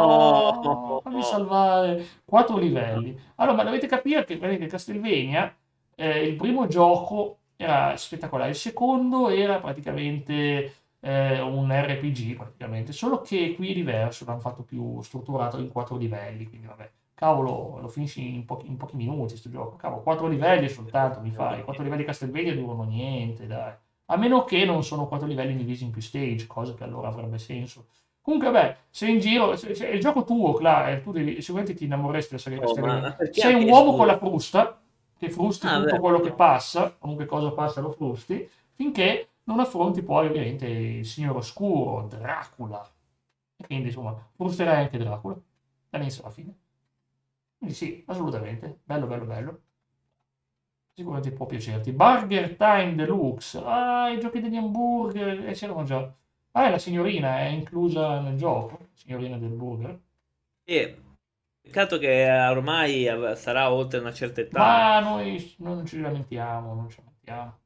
No, fammi Oh, salvare 4 livelli. Allora, ma dovete capire che, vedete, Castlevania, il primo gioco era spettacolare, il secondo era praticamente un RPG, praticamente, solo che qui è diverso, l'hanno fatto più strutturato in 4 livelli, quindi vabbè. Cavolo, lo finisci in pochi minuti questo gioco. Cavolo, 4 livelli soltanto mi fai. 4 livelli di Castlevania durano niente, dai. A meno che non sono 4 livelli divisi in più stage, cosa che allora avrebbe senso. Comunque, vabbè, sei in giro, è il gioco tuo, Cla, tu sicuramente ti innamoresti della saga oh, Castlevania. ma perché a Sei un me, uomo con scusa? la frusta, che frusti Ah, tutto beh, quello che no. passa, qualunque cosa passa lo frusti, finché non affronti poi ovviamente il signore oscuro, Dracula. E quindi, insomma, frusterai anche Dracula, dall'inizio alla fine. Quindi sì, assolutamente, bello, bello, bello. Sicuramente può piacerti. Burger Time Deluxe. Ah, i giochi degli hamburger. C'erano già. Ah, e la signorina è inclusa nel gioco. Signorina del burger. E peccato che ormai sarà oltre una certa età, eh. Ma noi non ci lamentiamo, non ci lamentiamo.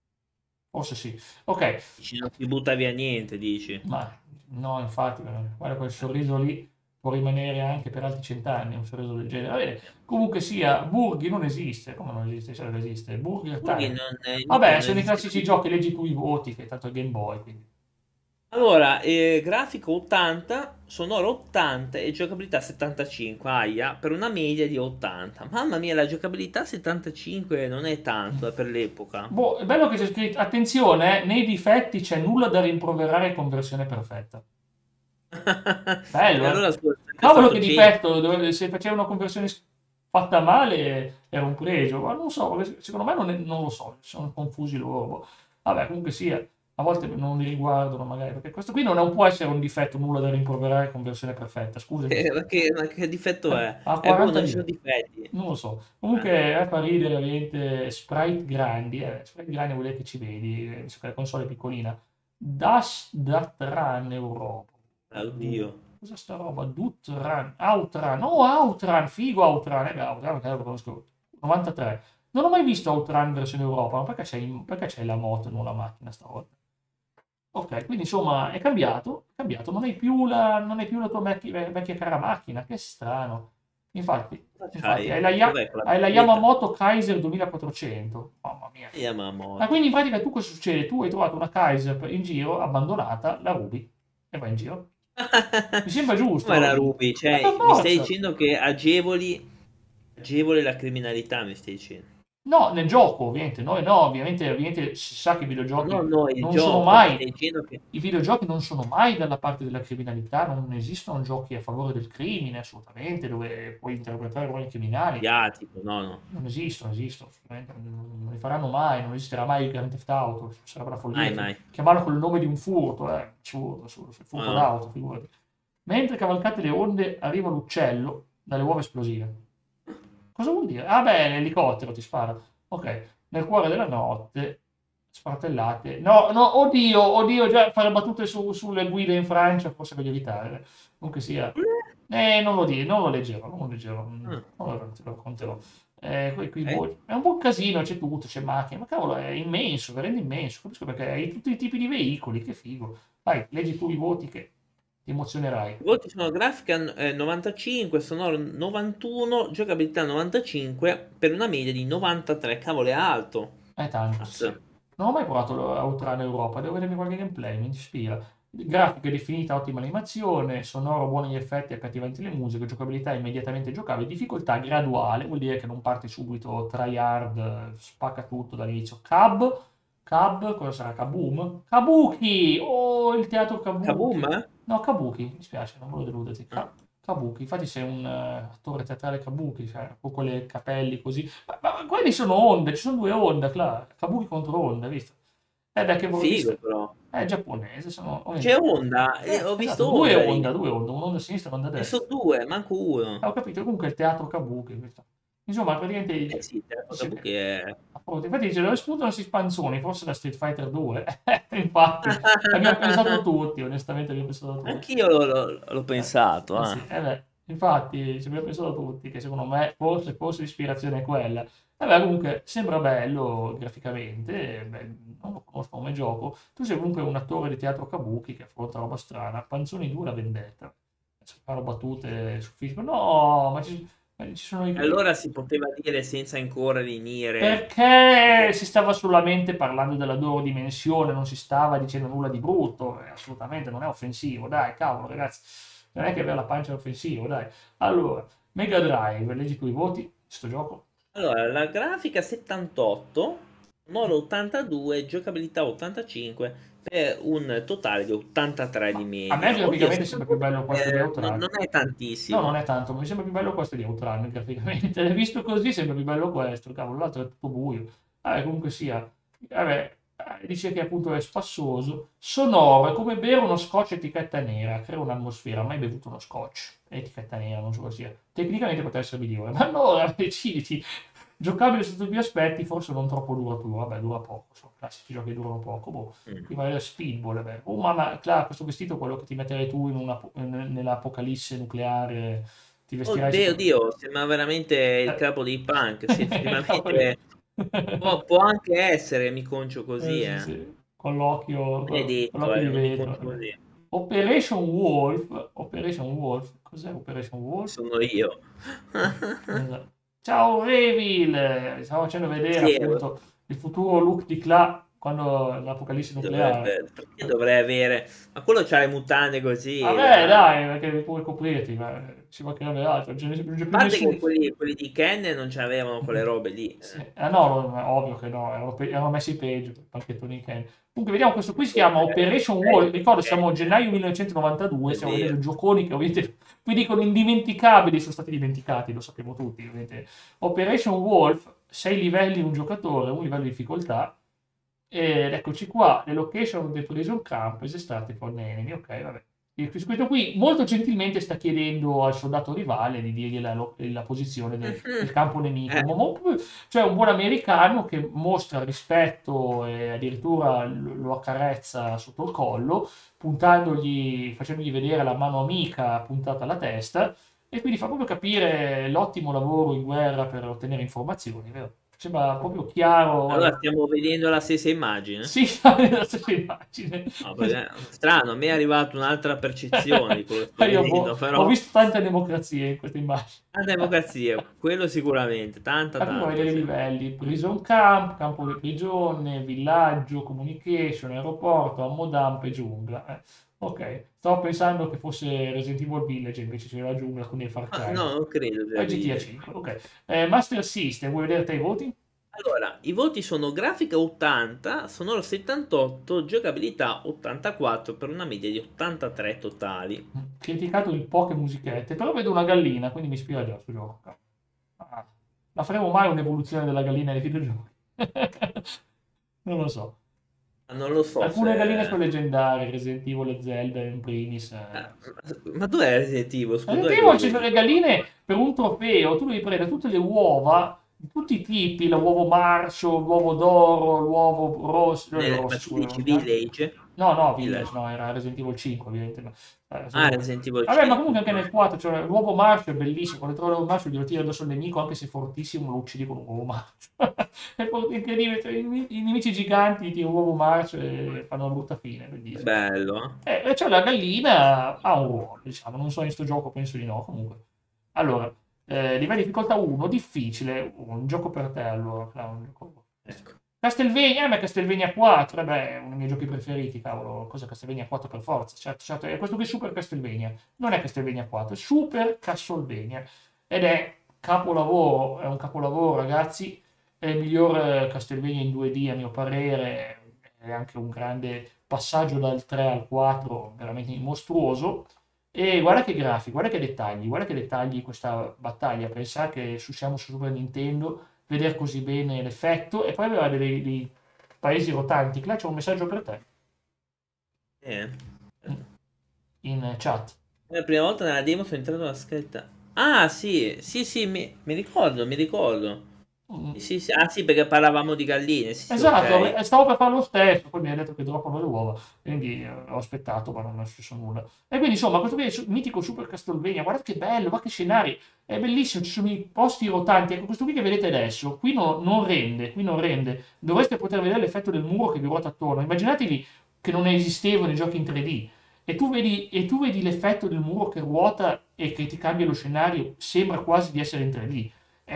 Forse sì. Ok, Dici, non si butta via niente, dici. ma no, infatti, guarda quel sorriso lì può rimanere anche per altri 100 anni, un sorriso del genere. Va bene, comunque sia, Burghi non esiste. Come non esiste? Cioè, non esiste. Burger Quindi Time. niente, Vabbè, non sono i esiste classici più. giochi, leggi tu i voti, che tanto è Game Boy, quindi. Allora, grafico 80, sonoro 80 e giocabilità 75, aia, per una media di 80. Mamma mia, la giocabilità 75 non è tanto, per l'epoca. Boh, è bello che c'è scritto, attenzione, nei difetti c'è nulla da rimproverare con versione perfetta. E Bello, eh? allora scusa, sempre Cavolo che 800. difetto, se faceva una conversione fatta male era un pregio, ma non so, secondo me non lo so, sono confusi loro. Boh. Vabbè, comunque sia, a volte non li riguardano magari, perché questo qui non può essere un difetto, nulla da rimproverare con versione perfetta, scusami. Ma che difetto è? Ha Boh, 40 non ci sono livelli. difetti. Non lo so. Comunque fa ridere ovviamente sprite grandi. Sprite grandi vuol dire che ci vedi, visto che la console è piccolina. Datran Europa. Oddio. Cosa sta roba? Dutran, Outrun. Oh, Outrun, figo Outrun. Beh, Outrun che lo conosco. 93. Non ho mai visto Outrun versione Europa, ma perché c'hai la moto e non la macchina stavolta? Ok, quindi insomma è cambiato, non hai più la tua vecchia cara macchina, che strano. Cosa Infatti, hai c'hai? la, Cos'è quella hai la bicicletta? Yamamoto Kaiser 2400, mamma mia. Ma Yamamoto. quindi in pratica tu cosa succede? Tu hai trovato una Kaiser in giro, abbandonata, la rubi e vai in giro. Mi sembra Come la giusto? rubi? Per Cioè, mi stai forza. dicendo che agevoli la criminalità, mi stai dicendo? No, nel gioco ovviamente, noi no, ovviamente si sa che i Ma videogiochi non noi, il non sono gioco, mi mai, stai dicendo che i videogiochi non sono mai dalla parte della criminalità, non esistono giochi a favore del crimine, assolutamente, dove puoi interpretare ruoli criminali, asiatico, no, no, non esistono, assolutamente, non li faranno mai, non esisterà mai il Grand Theft Auto, sarebbe la follia, mai, mai. chiamarlo col nome di un furto, sul No, furto no. d'auto, figurati. Mentre cavalcate le onde arriva l'uccello dalle uova esplosive. Cosa vuol dire? Ah beh, l'elicottero ti spara. Ok, nel cuore della notte, spartellate. No, no, oddio, oddio, già fare battute sulle guide in Francia, forse è meglio evitare. Comunque sia. Non lo dire, non lo leggerò, non lo leggerò, Ah, non lo racconterò. Qui, ok. boh, è un buon casino, c'è tutto, c'è macchine, ma cavolo, è immenso, veramente immenso. Capisco perché hai tutti i tipi di veicoli, che figo. Vai, leggi tu i voti che ti emozionerai. I voti sono grafica 95, sonoro 91, giocabilità 95 per una media di 93. Cavolo, è alto. È tanto, sì, sì. Cazzo. Non ho mai provato Outrun Europa, devo vedermi qualche gameplay, mi ispira. Grafica definita, ottima animazione, sonoro, buoni gli effetti, accattivanti le musiche, giocabilità immediatamente giocabile, difficoltà graduale, vuol dire che non parte subito tryhard, spacca tutto dall'inizio. Cab, cosa sarà? Kaboom? Kabuki! Oh, il teatro Kaboom, Kabuki! eh? No, Kabuki, mi spiace, non volevo deluderti. Ah. Kabuki, infatti sei un attore teatrale Kabuki, cioè, con quelle capelli così. Ma quelli sono Honda, ci sono due Honda, Kabuki contro Honda, visto? Beh, che avevo Figo, visto. però. È giapponese, sono... C'è Honda, ho Esatto, visto Honda lì. Due Honda, un Honda a sinistra e un Honda a Ne so destra. due, manco uno. Ho capito, comunque è il teatro Kabuki, questo. Insomma, praticamente Eh dice... sì, Teatro Sì, Kabuki è... appunto, infatti dice, dove spuntano questi spanzoni? Forse da Street Fighter 2. Infatti, abbiamo pensato tutti, onestamente abbiamo pensato tutti. Anch'io l'ho pensato, Sì, eh. beh, infatti ci abbiamo pensato tutti che secondo me forse l'ispirazione è quella. Vabbè, comunque sembra bello graficamente, beh, non lo conosco come gioco. Tu sei comunque un attore di teatro Kabuki che affronta roba strana. Panzoni 2 la vendetta. Adesso fanno battute sul fisico. No, ma ci sono i... Allora si poteva dire senza incorrere in ire. Perché si stava solamente parlando della loro dimensione, non si stava dicendo nulla di brutto, assolutamente non è offensivo, dai, cavolo, ragazzi, non è che avere la pancia è offensivo, dai. Allora, Mega Drive, leggi tu i voti di sto gioco. Allora, la grafica 78, modo 82, giocabilità 85 per un totale di 83 di A me media. Oddio, graficamente sembra più bello 78 questo di non Outrun. è No, non tantissimo. è tanto, mi sembra più bello questo di Outrun graficamente. Visto così sembra più bello questo, cavolo, l'altro è tutto buio. Vabbè, comunque sia. Vabbè, dice che appunto è spassoso. Sonoro, è come bere uno scotch etichetta nera, crea un'atmosfera. Mai bevuto uno scotch, etichetta nera, non so cosa sia. Tecnicamente potrebbe essere migliore, ma allora deciditi. Giocabile su tutti gli aspetti, forse non troppo duratura, vabbè, dura poco, sono classici giochi che durano poco, boh. Mm. Prima era Speedball, vabbè. Oh mamma, Clara, questo vestito è quello che ti metterai tu in nell'apocalisse nucleare, ti vestirai Oddio, sotto... oddio, sembra veramente il Eh. capo dei punk. Sì, Cavoli. effettivamente può anche essere, mi concio così, Sì, eh. sì, con l'occhio con Benedetto, l'occhio di non mi vetro. concio Vabbè. così. Operation Wolf, cos'è Operation Wolf? Sono io. Esatto. Ciao Revil, stavo facendo vedere Sì, appunto il futuro look di Cla quando l'apocalisse nucleare. perché dovrei avere... Ma quello c'ha le mutande così, Vabbè, dai. dai, perché devi pure coprirti, ma ci mancherebbe altro, non c'è A più parte nessuno. che quelli di Ken non c'avevano quelle robe lì. Sì. Ah no, ovvio che no, erano messi peggio, i pacchettoni Ken. Comunque vediamo, questo qui si chiama Operation Wall, ricordo siamo a gennaio 1992, È stiamo vero. vedendo gioconi che ovviamente qui dicono indimenticabili, sono stati dimenticati, lo sappiamo tutti, ovviamente. Operation Wolf, 6 livelli un giocatore, un livello di difficoltà, ed eccoci qua, le location of the prison camp, esestate for enemy, ok, vabbè. Questo qui molto gentilmente sta chiedendo al soldato rivale di dirgli la posizione del campo nemico, Eh, cioè un buon americano che mostra rispetto e addirittura lo accarezza sotto il collo, facendogli vedere la mano amica puntata alla testa, e quindi fa proprio capire l'ottimo lavoro in guerra per ottenere informazioni, vero? Sembra proprio chiaro. allora stiamo vedendo la stessa immagine. Sì, la stessa immagine. No, perché, strano, a me è arrivata un'altra percezione di quello che sto Io vedendo, ho però... visto tanta democrazia in questa immagine. La democrazia, quello sicuramente, tanta, Arrivo a vedere tanta, i sì. livelli: prison camp, campo di prigione, villaggio, communication, aeroporto, ammo dump e giungla. Ok, stavo pensando che fosse Resident Evil Village, invece c'era la giungla, quindi è Far Ma Cry. no, non credo sia GTA Village. 5, ok. Master System, vuoi vedere te i voti? Allora, i voti sono grafica 80, sonoro 78, giocabilità 84 per una media di 83 totali. Criticato il poche musichette, però vedo una gallina, quindi mi ispira già sto gioco. Ah, la faremo mai un'evoluzione della gallina nei videogiochi? Non lo so. Non lo so Alcune galline se... sono leggendarie, Resident Evil e Zelda in primis. Ah, ma dov'è Resident Evil? Scusa, Resident dov'è che Evil lo ci sono le vedi? galline per un trofeo, tu devi prendere tutte le uova di tutti i tipi, l'uovo marcio, l'uovo d'oro, l'uovo rosso, Ma tu scusa, dici non bianco. Village? No, Village, Il... no, era Resident Evil 5, ovviamente. No. Ah, Resident Evil. Resident Evil Vabbè, ma comunque 5. anche nel 4 c'è l'uovo marcio, è bellissimo. Quando trovi l'uovo marcio, glielo tiri addosso al nemico, anche se è fortissimo, lo uccidi con un uovo marcio. Incredibile. Cioè, i nemici giganti ti uovo marcio e fanno una brutta fine, è Che bellissimo. bello. E cioè la gallina ha un ruolo, diciamo, non so in sto gioco, penso di no, comunque. Allora, livello di difficoltà 1, difficile, un gioco per te allora, un gioco. Ecco. Castlevania, ma Castlevania 4, beh, è uno dei miei giochi preferiti, cavolo, cosa Castlevania 4 per forza, certo, certo, è questo qui è Super Castlevania, non è Castlevania 4, è Super Castlevania, ed è capolavoro, è un capolavoro ragazzi, è il miglior Castlevania in 2D a mio parere, è anche un grande passaggio dal 3 al 4, veramente mostruoso, e guarda che grafici, guarda che dettagli questa battaglia, pensare che siamo su Super Nintendo, vedere così bene l'effetto e poi aveva dei paesi rotanti. Là c'è un messaggio per te Eh. in chat. La prima volta nella demo sono entrato una scritta. Ah, sì, sì, sì, mi ricordo, mi ricordo. Mm. Sì, sì, sì. Ah, sì, perché parlavamo di galline. Sì, sì, Esatto, ok. stavo per fare lo stesso, poi mi ha detto che droppano le uova, quindi ho aspettato, ma non è successo nulla. E quindi insomma, questo qui è il mitico Super Castlevania, guarda che bello, guarda che scenari, è bellissimo, ci sono i posti rotanti, ecco questo qui che vedete adesso, qui non rende, qui non rende, dovreste poter vedere l'effetto del muro che vi ruota attorno, immaginatevi che non esistevano i giochi in 3D, e tu vedi l'effetto del muro che ruota e che ti cambia lo scenario, sembra quasi di essere in 3D.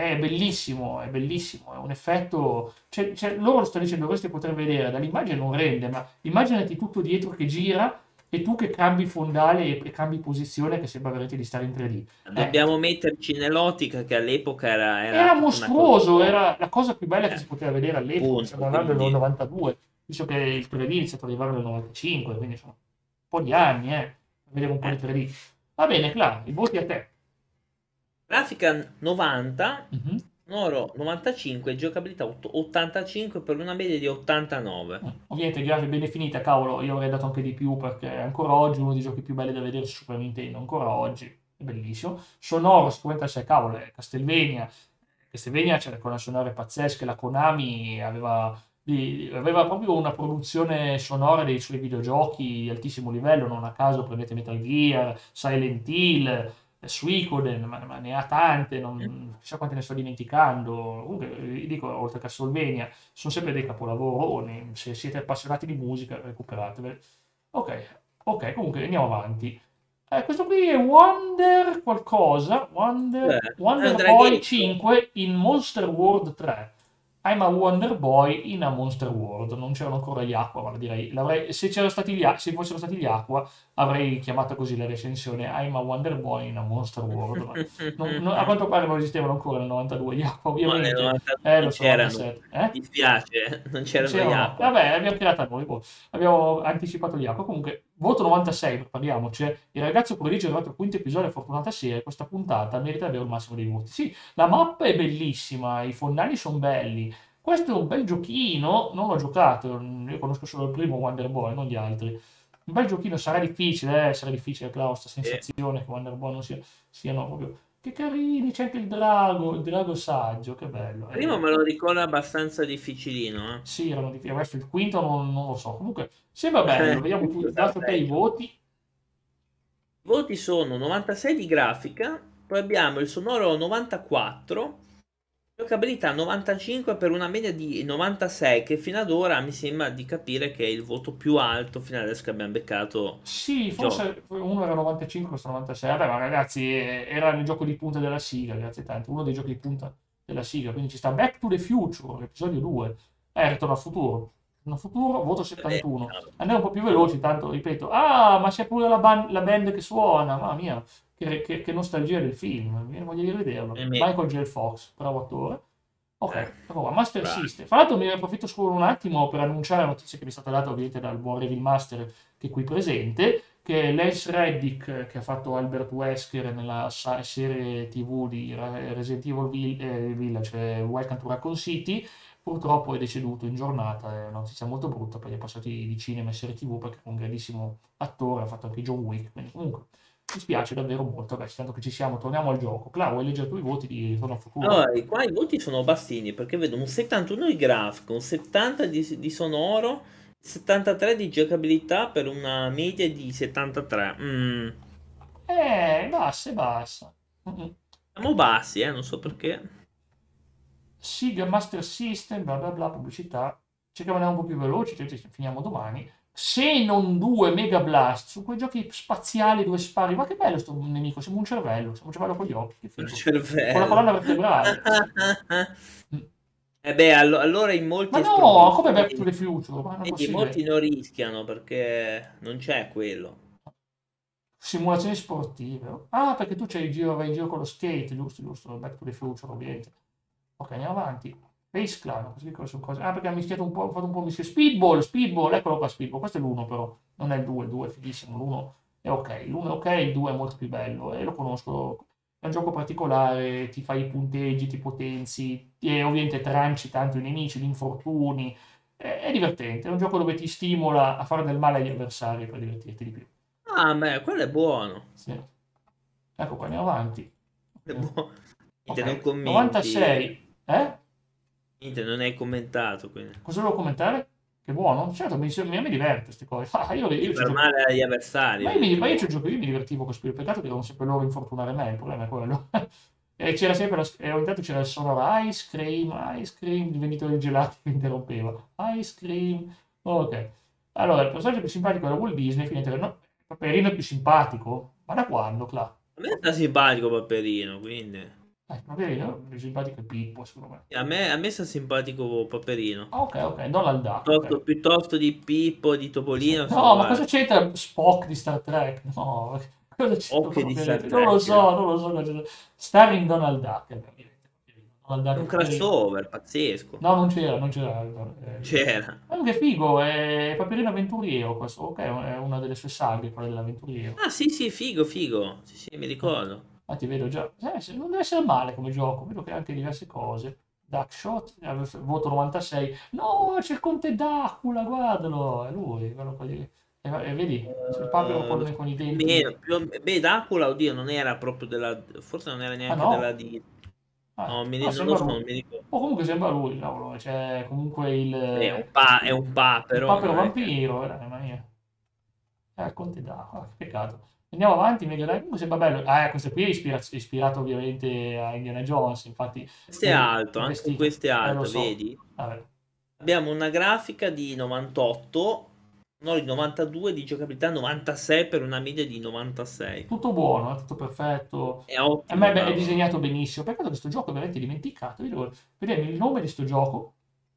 È bellissimo, è un effetto. Loro lo stanno dicendo, dovreste poter vedere, dall'immagine non rende, ma immaginati tutto dietro che gira e tu che cambi fondale e cambi posizione che sembra veramente di stare in 3D. Dobbiamo metterci nell'ottica che all'epoca era Era tutta una cosa mostruoso, nuova. era la cosa più bella che si poteva vedere all'epoca, stiamo Appunto, parlando del quindi 92, visto che il 3D è iniziato ad arrivare nel 95, quindi sono un po' di anni, per vedere un po' di eh. 3D. Va bene, Cla, i voti a te. Grafica 90, Mhm. sonoro 95, giocabilità 85 per una media di 89. Ovviamente grafica ben definita, cavolo, io avrei dato anche di più perché ancora oggi uno dei giochi più belli da vedere su Super Nintendo, ancora oggi, è bellissimo. Sonoro, sicuramente se cavolo, è Castlevania. Castlevania c'era con le sonore pazzesche, la Konami aveva proprio una produzione sonora dei suoi videogiochi di altissimo livello, non a caso prendete Metal Gear, Silent Hill, Suikoden, ma ne ha tante, non chissà quante ne sto dimenticando. Comunque, vi dico, oltre a Castlevania, sono sempre dei capolavoroni. Se siete appassionati di musica, recuperateveli. Ok, ok, comunque andiamo avanti. Questo qui è Wonder qualcosa, È un Wonder Boy draghetto. 5 in Monster World 3. I'm a Wonder Boy in a Monster World. Non c'erano ancora gli Aqua, ma direi, se c'erano stati se fossero stati gli Aqua, avrei chiamato così la recensione I'm a Wonder Boy in a Monster World. Ma a quanto pare non esistevano ancora nel 92 gli Aqua, No, nel ovviamente. 92 non Lo so, c'erano. 97. Mi dispiace, non Non c'erano gli c'erano. acqua. Vabbè, abbiamo creata noi, boh. Abbiamo anticipato gli Aqua. Comunque, voto 96, parliamoci. Il ragazzo prodigio è arrivato al quinto episodio, fortunata serie. Questa puntata merita davvero il massimo dei voti. Sì, la mappa è bellissima, i fondali sono belli. Questo è un bel giochino, non l'ho giocato, io conosco solo il primo Wonder Boy, non gli altri. Un bel giochino, sarà difficile, Klaus, questa Sì. sensazione che Wonder Boy non siano proprio. Che carini, c'è anche il drago saggio, che bello. Prima me lo ricordo abbastanza difficilino, Sì, erano difficili. Adesso il quinto non lo so. Comunque, sembra bello. Vediamo Quinto tutti. sarà Dato te i peggio. voti. I voti sono 96 di grafica, poi abbiamo il sonoro 94, giocabilità 95 per una media di 96, che fino ad ora mi sembra di capire che è il voto più alto fino adesso che abbiamo beccato Sì, il gioco. forse uno era 95, questo 96. Vabbè, ma ragazzi, era il gioco di punta della Siga, grazie tanto. Uno dei giochi di punta della Siga. Quindi ci sta Back to the Future, episodio 2. Ritorno al futuro. Ritorno al futuro, voto 71. Andiamo un po' più veloci, tanto ripeto. Ah, ma c'è pure la band che suona. Mamma mia, che nostalgia del film. Mi viene voglia di rivederlo. Ahimè. Michael J. Fox, bravo attore. Ok, Eh, ecco qua, Master bravo. System. Fra l'altro mi ne approfitto solo un attimo per annunciare la notizia che mi è stata data ovviamente dal buon Revil Master che è qui presente, che Lance Reddick, che ha fatto Albert Wesker nella serie TV di Resident Evil Village, cioè Welcome to Raccoon City, purtroppo è deceduto in giornata, è una notizia molto brutta, poi è passato di cinema e serie TV perché è un grandissimo attore, ha fatto anche John Wick, quindi comunque mi spiace davvero molto, vabbè, tanto che ci siamo, torniamo al gioco. Clau, vuoi leggere tu i voti di Ritorno al futuro? Allora, qua i voti sono bassini perché vedo un 71 di grafico, un 70 di sonoro, 73 di giocabilità per una media di 73. Bassa e bassa. Mm-mm. Siamo bassi, non so perché. Siga Master System, bla bla bla, pubblicità. Cerchiamo di andare un po' più veloci, cioè, finiamo domani. Se non 2 Mega Blast, su quei giochi spaziali dove spari, ma che bello sto nemico, sembra un cervello con gli occhi, che Il figo. Con la cervello. colonna vertebrale. Mm. E beh, allora in Ma molti è no, sprovvisto. come Back to Vedi, the Future? Ma non è vedi, molti possibile. non rischiano perché non c'è quello. Simulazioni sportive. Ah, perché tu c'hai il giro, vai in giro con lo skate, giusto, giusto, Back to the Future, ovviamente. Ok, andiamo avanti. Face Clan, così cosa sono cose. Ah, perché ha mischiato un po', ha fatto un po' mischio. Speedball, Speedball, eccolo qua, Speedball. Questo è l'1 però, non è il 2 è fighissimo. L'1 è ok, l'1 è ok, il 2 è molto più bello e lo conosco. È un gioco particolare, ti fai i punteggi, ti potenzi, e ovviamente tranci tanto i nemici, gli infortuni. È divertente, è un gioco dove ti stimola a fare del male agli avversari per divertirti di più. Ah, beh, quello è buono. Sì. Ecco qua, andiamo avanti. È buono. Niente, non Ok, commenti. 96. Eh? Niente, non hai commentato, quindi. Cosa devo commentare? Che buono? Certo, mi diverte queste cose. Ah, Di io ci far gioco. male agli avversari, Ma io ci ovviamente. gioco, io mi divertivo con Spiro. Peccato che devono sempre loro infortunare me, il problema è quello. E c'era sempre, ogni tanto c'era il sonoro ice cream, il venditore di gelati mi interrompeva. Ice cream. Ok. Allora, il personaggio più simpatico era Walt Disney, finite no, Paperino è più simpatico. Ma da quando, Cla? A me sta simpatico Paperino, quindi. Paperino è più simpatico è Pippo, secondo me. A me sta simpatico Paperino. Ah, ok, ok, Donald Duck, Piuttosto, ok. piuttosto di Pippo, di Sì. Topolino, sto No, ma cosa guarda. c'entra Spock di Star Trek? No, cosa c'entra Occhio con di Star Paperino? Non lo Trek. so, non lo so cosa c'entra. Starring Donald Duck, ovviamente. Donald È Duck un e Paperino. crossover pazzesco. No, non c'era. C'era. Che figo, è Paperino Avventuriero questo. Ok, è una delle sue saghe, quella dell'avventuriero. Ah, sì, sì, figo, figo. Sì, sì, mi ricordo. Ah, ti vedo già. Non deve essere male come gioco, vedo che ha anche diverse cose. Duckshot, voto 96. No, c'è il Conte Dracula, guardalo, è lui, quello con vedi, c'è il papero con i Più o denti. meno, beh, Dracula, oddio, non era proprio della. Forse non era Ah neanche della no? di. Ah, No, no, non lo sembra so, lui. non mi ricordo. O comunque sembra lui, cavolo. C'è comunque Beh, è un il papero, papero non è che. vampiro, mamma mia. Il Conte Dracula, che peccato. Andiamo avanti, Mega Drive, comunque sembra bello. Ah, questo qui è ispirato ovviamente a Indiana Jones, infatti Questo è alto, è anche vestito. questo è Lo alto, so. vedi? Vabbè. Abbiamo una grafica di 98, no, di 92, di giocabilità 96 per una media di 96. Tutto buono, tutto perfetto. È A me ottimo, è cavolo. disegnato benissimo. Peccato che questo gioco è veramente dimenticato. Io devo vedere il nome di questo gioco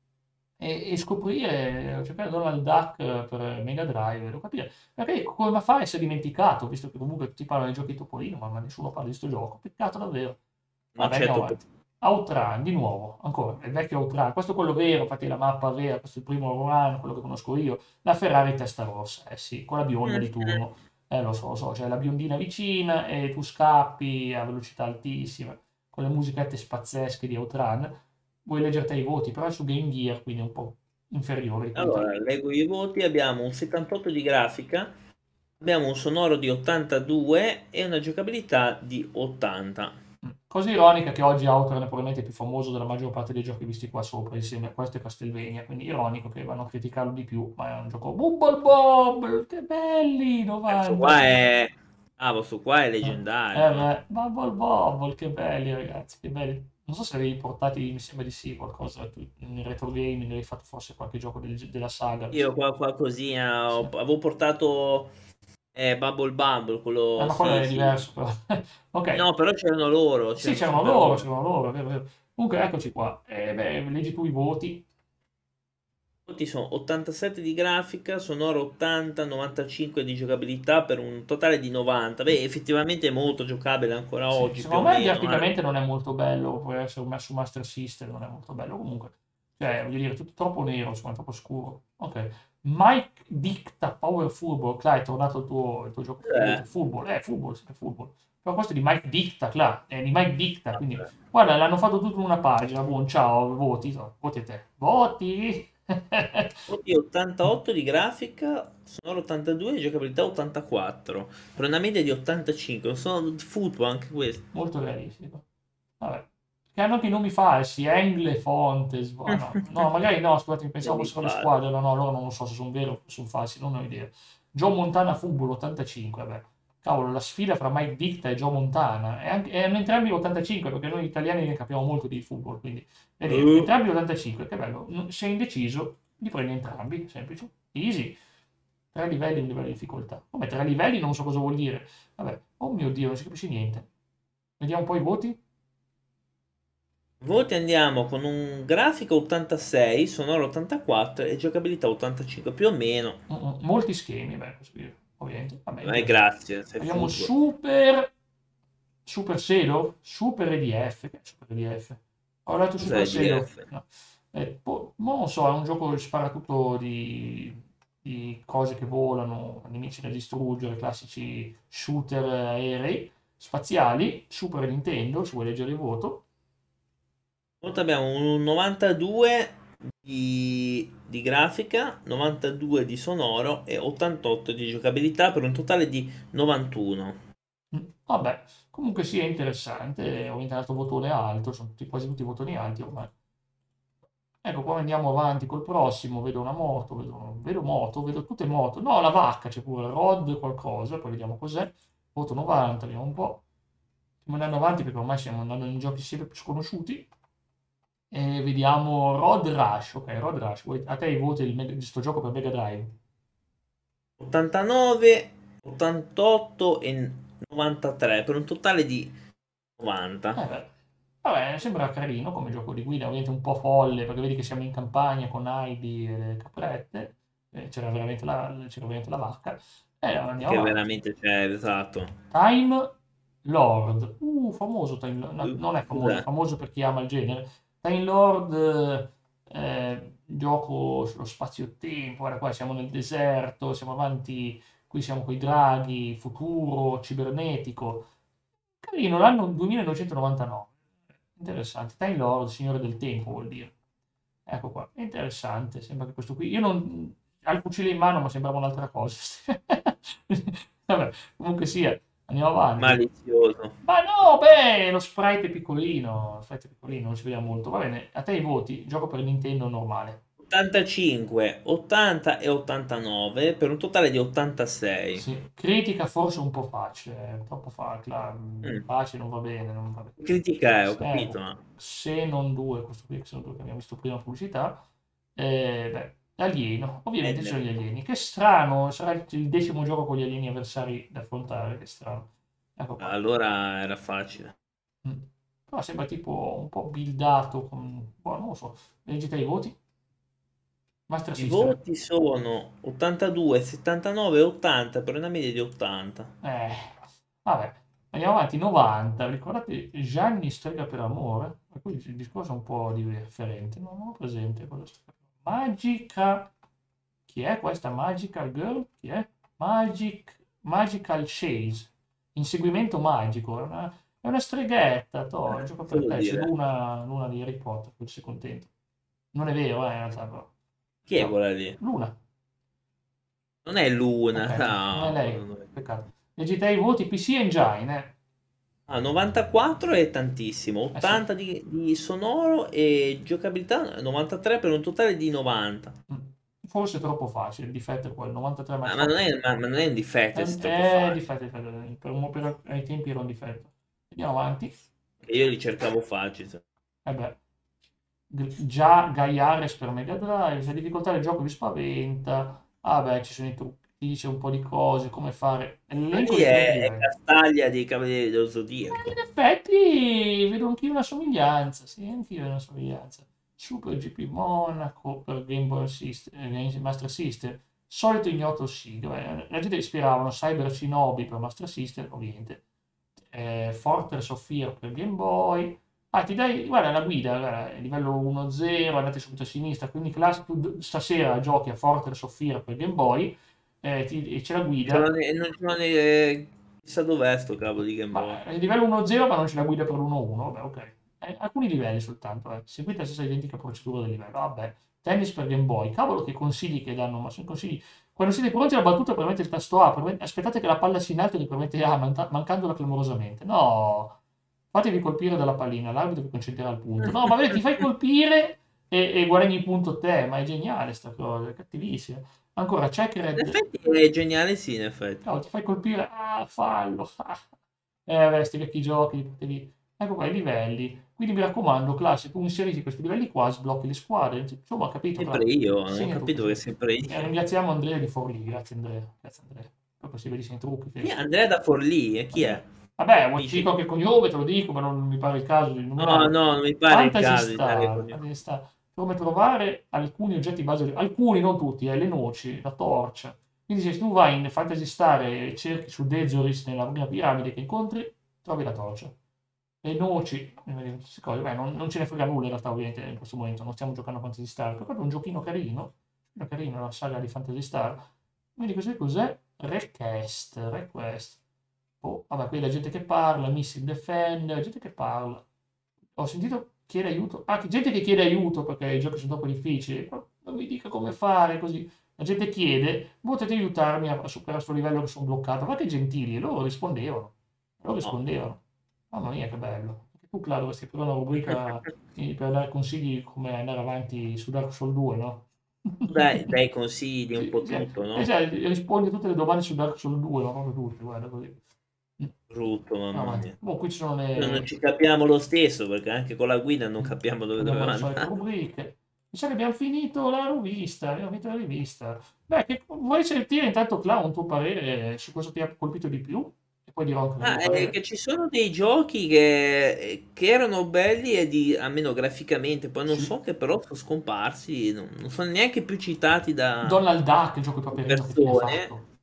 e scoprire, cercare Donald Duck per Mega Drive, devo capire perché come fa a essere dimenticato, visto che comunque tutti parlano di giochi Topolino, ma nessuno parla di questo gioco. Peccato davvero. Non Vabbè, c'è andiamo troppo. avanti. Outrun, di nuovo, ancora, il vecchio Outrun. Questo è quello vero, infatti la mappa vera, questo è il primo run, quello che conosco io. La Ferrari testa rossa, eh sì, con la bionda di turno. Lo so, c'è la biondina vicina e tu scappi a velocità altissima, con le musichette pazzesche di Outrun. Vuoi leggerti i voti, però è su Game Gear, quindi è un po' inferiore di qualità. Allora, leggo i voti, abbiamo un 78 di grafica, abbiamo un sonoro di 82 e una giocabilità di 80. Cosa ironica che oggi Outrun è probabilmente più famoso della maggior parte dei giochi visti qua sopra, insieme a questo e Castlevania, quindi ironico che vanno a criticarlo di più, ma è un gioco Bubble Bobble, che belli, Questo qua 90. è. Ah, questo qua è leggendario. Beh, Bubble Bobble, che belli ragazzi, che belli. Non so se avevi portati, mi sembra di sì, qualcosa in retro gaming, avevi fatto forse qualche gioco della saga. Io qua qualcosina Sì. avevo portato Bubble Bumble, quello Ma quello sì, è sì. diverso però. Ok, No, però c'erano loro, sì, c'erano sempre loro. c'erano loro, vero, vero. Comunque eccoci qua. Beh, leggi tu i voti. I voti sono 87 di grafica, sonoro 80, 95 di giocabilità per un totale di 90. Beh, effettivamente è molto giocabile ancora Sì, oggi, più o secondo me meno. graficamente non è molto bello, può essere messo su Master System, non è molto bello comunque. Cioè, voglio dire, tutto troppo nero, insomma, troppo scuro. Ok. Mike Dicta Power Football, Cla, è tornato il tuo gioco preferito. Eh, Football, sempre football. Però questo è di Mike Dicta, Cla, è di Mike Dicta, quindi... vabbè. Guarda, l'hanno fatto tutto in una pagina, buon ciao, voti, voti a te. Voti! Voti 88 di grafica, sonoro 82 e giocabilità 84. Per una media di 85. Sono football anche questo. Molto realistico. Vabbè. che hanno anche i nomi falsi, Engle, Fontes, no, magari no, scusate, pensavo Nomi fossero le falsi. squadre, no, allora non lo so se sono veri o sono falsi, non ho idea. Joe Montana Football 85, vabbè. Cavolo, la sfida fra Mike Dicta e Joe Montana, e hanno entrambi l'85, perché noi italiani ne capiamo molto di football, quindi, vedi, Uh, entrambi l'85, che bello, sei indeciso, li prendi entrambi, semplice, easy. 3 livelli, un livello di difficoltà. Come 3 livelli? Non so cosa vuol dire. Vabbè, oh mio Dio, non si capisce niente. Vediamo un po' i voti. Voti andiamo con un grafico 86, sonoro 84 e giocabilità 85, più o meno. Molti schemi, beh, ovviamente. Vabbè, interessante. Grazie, sei Abbiamo football. Super Selo, Super EDF. Che è Super EDF? Ho letto Cos'è Super Selo. DF? No. Non so, è un gioco che spara tutto di cose che volano, nemici da distruggere, classici shooter aerei, spaziali, Super Nintendo, se vuoi leggere il voto. Voto abbiamo un 92 di grafica, 92 di sonoro e 88 di giocabilità per un totale di 91. Vabbè, comunque sia interessante, ovviamente l'altro votone alto, sono quasi tutti votoni alti ormai. Ecco, poi andiamo avanti col prossimo, vedo una moto, vedo moto, vedo tutte moto. No, la vacca c'è pure, Rod qualcosa, poi vediamo cos'è. Voto 90, vediamo un po'. Stiamo andando avanti perché ormai stiamo andando in giochi sempre più sconosciuti. E vediamo Road Rush, ok, Road Rush. A te i voti di sto gioco per Mega Drive? 89, 88 e 93 per un totale di 90. Beh, vabbè, sembra carino come gioco di guida, ovviamente un po' folle, perché vedi che siamo in campagna con Heidi e le caprette, c'era veramente la vacca, e andiamo Che avanti. veramente c'è, esatto. Time Lord, famoso Time Lord, no, non è famoso, è Cos'è? famoso per chi ama il genere. Time Lord, gioco sullo spazio-tempo, guarda qua siamo nel deserto, siamo avanti, qui siamo con i draghi, futuro, cibernetico. Carino, l'anno 2999. Interessante. Time Lord, Signore del Tempo vuol dire. Ecco qua, è interessante. Sembra che questo qui. Io non. Ha il fucile in mano, ma sembrava un'altra cosa. Vabbè, comunque sia, andiamo avanti. Malizioso. Ma no, beh, lo sprite è piccolino, non si vede molto. Va bene, a te i voti, gioco per Nintendo normale. 85, 80 e 89 per un totale di 86. Sì, critica forse un po' facile, troppo facile, Mm. facile non va bene, non va bene. Critica ho Eh, capito, ma se non due, questo qui che sono due che abbiamo visto prima in pubblicità, beh, alieno, ovviamente ci sono gli Enel. alieni, che strano, sarà il 10° gioco con gli alieni avversari da affrontare, che strano. Ecco qua. Allora era facile. Mm. Però sembra tipo un po' buildato, boh, non lo so, leggete i voti, Master I System. voti sono 82, 79 e 80 per una media di 80. Eh, vabbè, andiamo avanti, 90, ricordate Gianni Strega per amore? E qui il discorso è un po' differente, non ho presente cosa sto facendo. Magica, chi è questa Magical Girl? Chi è? Magical Chase, inseguimento magico, è una streghetta, gioca Cosa per vuol te, c'è dire? Luna di Harry Potter, quel sei contento. Non è vero, in realtà, però. Chi è No, quella lì? Luna. Non è Ok, Luna, non è no. lei, peccato. Leggete i voti PC Engine, eh. Ah, 94 è tantissimo, Eh sì. 80 di sonoro e giocabilità 93 per un totale di 90. Mm. Forse è troppo facile, il difetto è quello, 93 ma è Ma non troppo. è, ma non è un difetto, è troppo facile. Difetto, ai tempi era un difetto. Andiamo avanti. E io li cercavo facili. E beh, già Gaiares per Mega Drive, la difficoltà del gioco vi spaventa. Ah beh, ci sono i trucchi, ti dice un po' di cose, come fare. Ma L'elenco lì dei 30 è livelli. Castaglia dei Cavalieri dello Zodiaco. In effetti vedo anch'io una somiglianza, sì, anch'io una somiglianza. Super GP Monaco per Game Boy System, Master System, solito ignoto sì, la gente ispiravano Cyber Shinobi per Master System, ovviamente, Fortress of Fear per Game Boy. Ah, ti dai, guarda la guida, guarda, livello 1-0, andate subito a sinistra, quindi tu stasera giochi a Fortress of Fear per Game Boy, e c'è la guida. Non c'è chissà dov'è sto cavolo di Game Boy. Ma è livello 1-0, ma non c'è la guida per l'1-1. Vabbè, ok. Alcuni livelli soltanto. Seguite la stessa identica procedura del livello. Vabbè. Tennis per Game Boy. Cavolo, che consigli che danno. Ma sono consigli. Quando siete pronti alla battuta, premete il tasto A. Aspettate che la palla sia in alto e premete A, mancando clamorosamente. No. fatevi colpire dalla pallina, l'arbitro vi concederà il punto. No, ma vedi, ti fai colpire e guadagni il punto te, ma è geniale sta cosa, è cattivissima. Ancora, In Checkred, effetti è geniale, sì, in effetti. cavolo, ti fai colpire, fallo. Vabbè, sti vecchi giochi, ecco qua i livelli. Quindi mi raccomando, classe, tu inserisci questi livelli qua, sblocchi le squadre. Insomma, ho capito, Sempre claro. io, non ho Segna tutto, capito che è sì. sempre io. Ringraziamo Andrea di Forlì, grazie Andrea. Grazie Andrea. Proprio si vedi i trucchi. Chi è Andrea da Forlì? E chi è? Vabbè, vuoi che ti Dice dico che... che cognome, te lo dico, ma non mi pare il caso di No, numerarlo. no, non mi pare il Fantasy caso di dare Star, cognome. Fantasy Star. Come trovare alcuni oggetti base, alcuni, non tutti, le noci, la torcia. Quindi se tu vai in Fantasy Star e cerchi su Dezoris nella prima piramide che incontri, trovi la torcia. Le noci, queste cose, beh, non ce ne frega nulla in realtà ovviamente in questo momento, non stiamo giocando a Fantasy Star, però è un giochino carino, la saga di Fantasy Star. Quindi cos'è? Request. Oh, vabbè, qui la gente che parla, Missile Defender, gente che parla. Ho sentito chiede aiuto. Gente che chiede aiuto perché i giochi sono troppo difficili. Non mi dica come fare così. La gente chiede, potete aiutarmi a superare questo livello che sono bloccato. Ma che gentili, e loro rispondevano. Loro No. rispondevano. Mamma mia, che bello. Anche tu, Claudio, dovresti aprire una rubrica per dare consigli come andare avanti su Dark Souls 2, no? Dai consigli di un Sì, po' sì. tutto, no? Rispondi a tutte le domande su Dark Souls 2, ma proprio tutte, guarda così. Mm. Brutto, mamma Avanti. mia. Boh, qui ci sono Noi non le... ci capiamo lo stesso perché anche con la guida non capiamo dove Abbiamo dobbiamo le solite andare. rubriche. Mi sa che abbiamo finito la rivista, Beh, vuoi sentire intanto, Cla, un tuo parere su cosa ti ha colpito di più? E poi dirò anche il Ah, mio è parere. che ci sono dei giochi che erano belli e almeno graficamente, poi non Sì. so che però sono scomparsi, non sono neanche più citati da Donald Duck, il gioco di Paperino, che fine ha persone. fatto?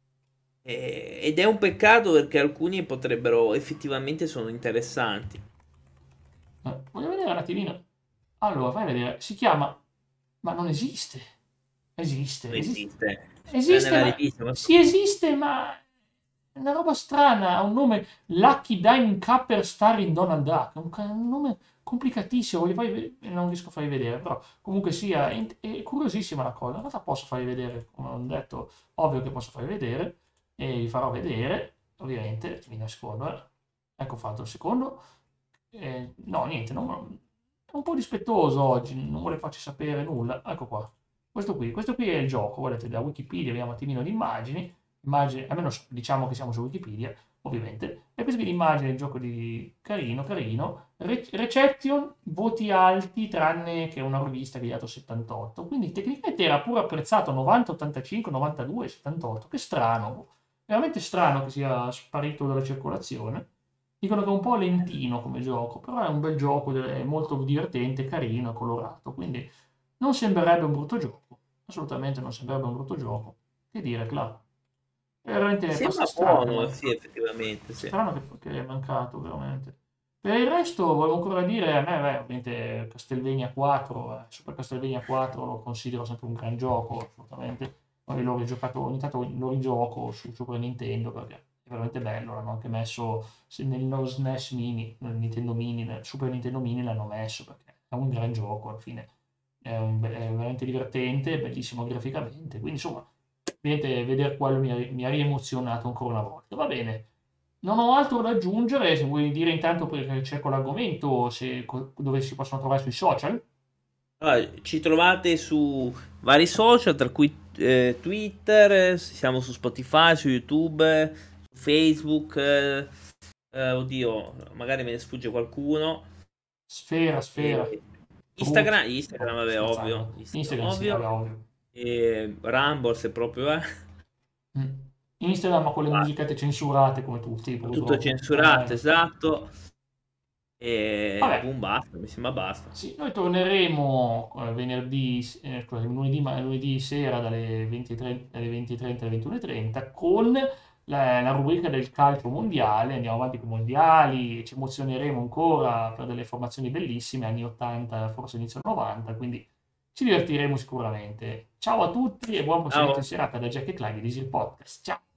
Ed è un peccato perché alcuni potrebbero effettivamente sono interessanti. Voglio vedere un attimino. Allora, vai a vedere. Si chiama... Ma non esiste. Non Esiste. esiste. È Esiste, nella ma... rivista, ma Sì, esiste, ma... È una roba strana. Ha un nome... Lucky Diamond Capper Starring Donald Duck. Un nome complicatissimo. Non riesco a farvi vedere, però comunque sia... È curiosissima la cosa. In realtà posso farvi vedere, come ho detto, ovvio che posso farvi vedere. E vi farò vedere, ovviamente. Mi nascondo, eh. Ecco fatto il secondo. No, niente, è un po' dispettoso oggi, non vuole farci sapere nulla. Ecco qua. Questo qui è il gioco, guardate, da Wikipedia abbiamo un attimino di immagini, almeno diciamo che siamo su Wikipedia, ovviamente. E questa qui l'immagine del gioco di carino, carino. Reception, voti alti, tranne che una rivista che gli ha dato 78. Quindi tecnicamente era pure apprezzato 90, 85, 92, 78. Che strano, veramente strano che sia sparito dalla circolazione. Dicono che è un po' lentino come gioco, però è un bel gioco, è molto divertente, carino, colorato, quindi non sembrerebbe un brutto gioco. Assolutamente non sembrerebbe un brutto gioco. Che dire, Cla? È veramente sembra strano buono, sì, effettivamente, sì. strano che è mancato, veramente. Per il resto, volevo ancora dire, a me, beh, ovviamente Castlevania 4, Super Castlevania 4 lo considero sempre un gran gioco, assolutamente. Poi l'ho rigiocato, ogni tanto lo rigioco su Super Nintendo perché è veramente bello. L'hanno anche messo nello SNES Mini, nel Nintendo Mini, nel Super Nintendo Mini l'hanno messo perché è un gran gioco alla fine. È veramente divertente, bellissimo graficamente. Quindi, insomma, ovviamente vedere quello mi ha riemozionato ancora una volta. Va bene. Non ho altro da aggiungere, se vuoi dire intanto perché cerco l'argomento, dove si possono trovare sui social. Allora, ci trovate su vari social, tra cui Twitter, siamo su Spotify, su YouTube, su Facebook, oddio, magari me ne sfugge qualcuno. Sfera, E Truth, Instagram, no, vabbè, scherzando. ovvio, Instagram, Instagram sì, vabbè, ovvio. ovvio. E Rumble, se proprio è. Mm. Instagram ma con le Basta. musicette censurate come tutti, Tutto purtroppo. censurato, esatto. E Vabbè, boom, basta, mi sembra basta. sì, noi torneremo scusami, lunedì sera dalle 20.30 alle 21.30 con la rubrica del calcio mondiale. Andiamo avanti con i mondiali, ci emozioneremo ancora per delle formazioni bellissime, anni 80, forse inizio 90, quindi ci divertiremo sicuramente. Ciao a tutti e buon proseguito di Ciao. serata da Jack e Clyde di Easy Podcast. Ciao!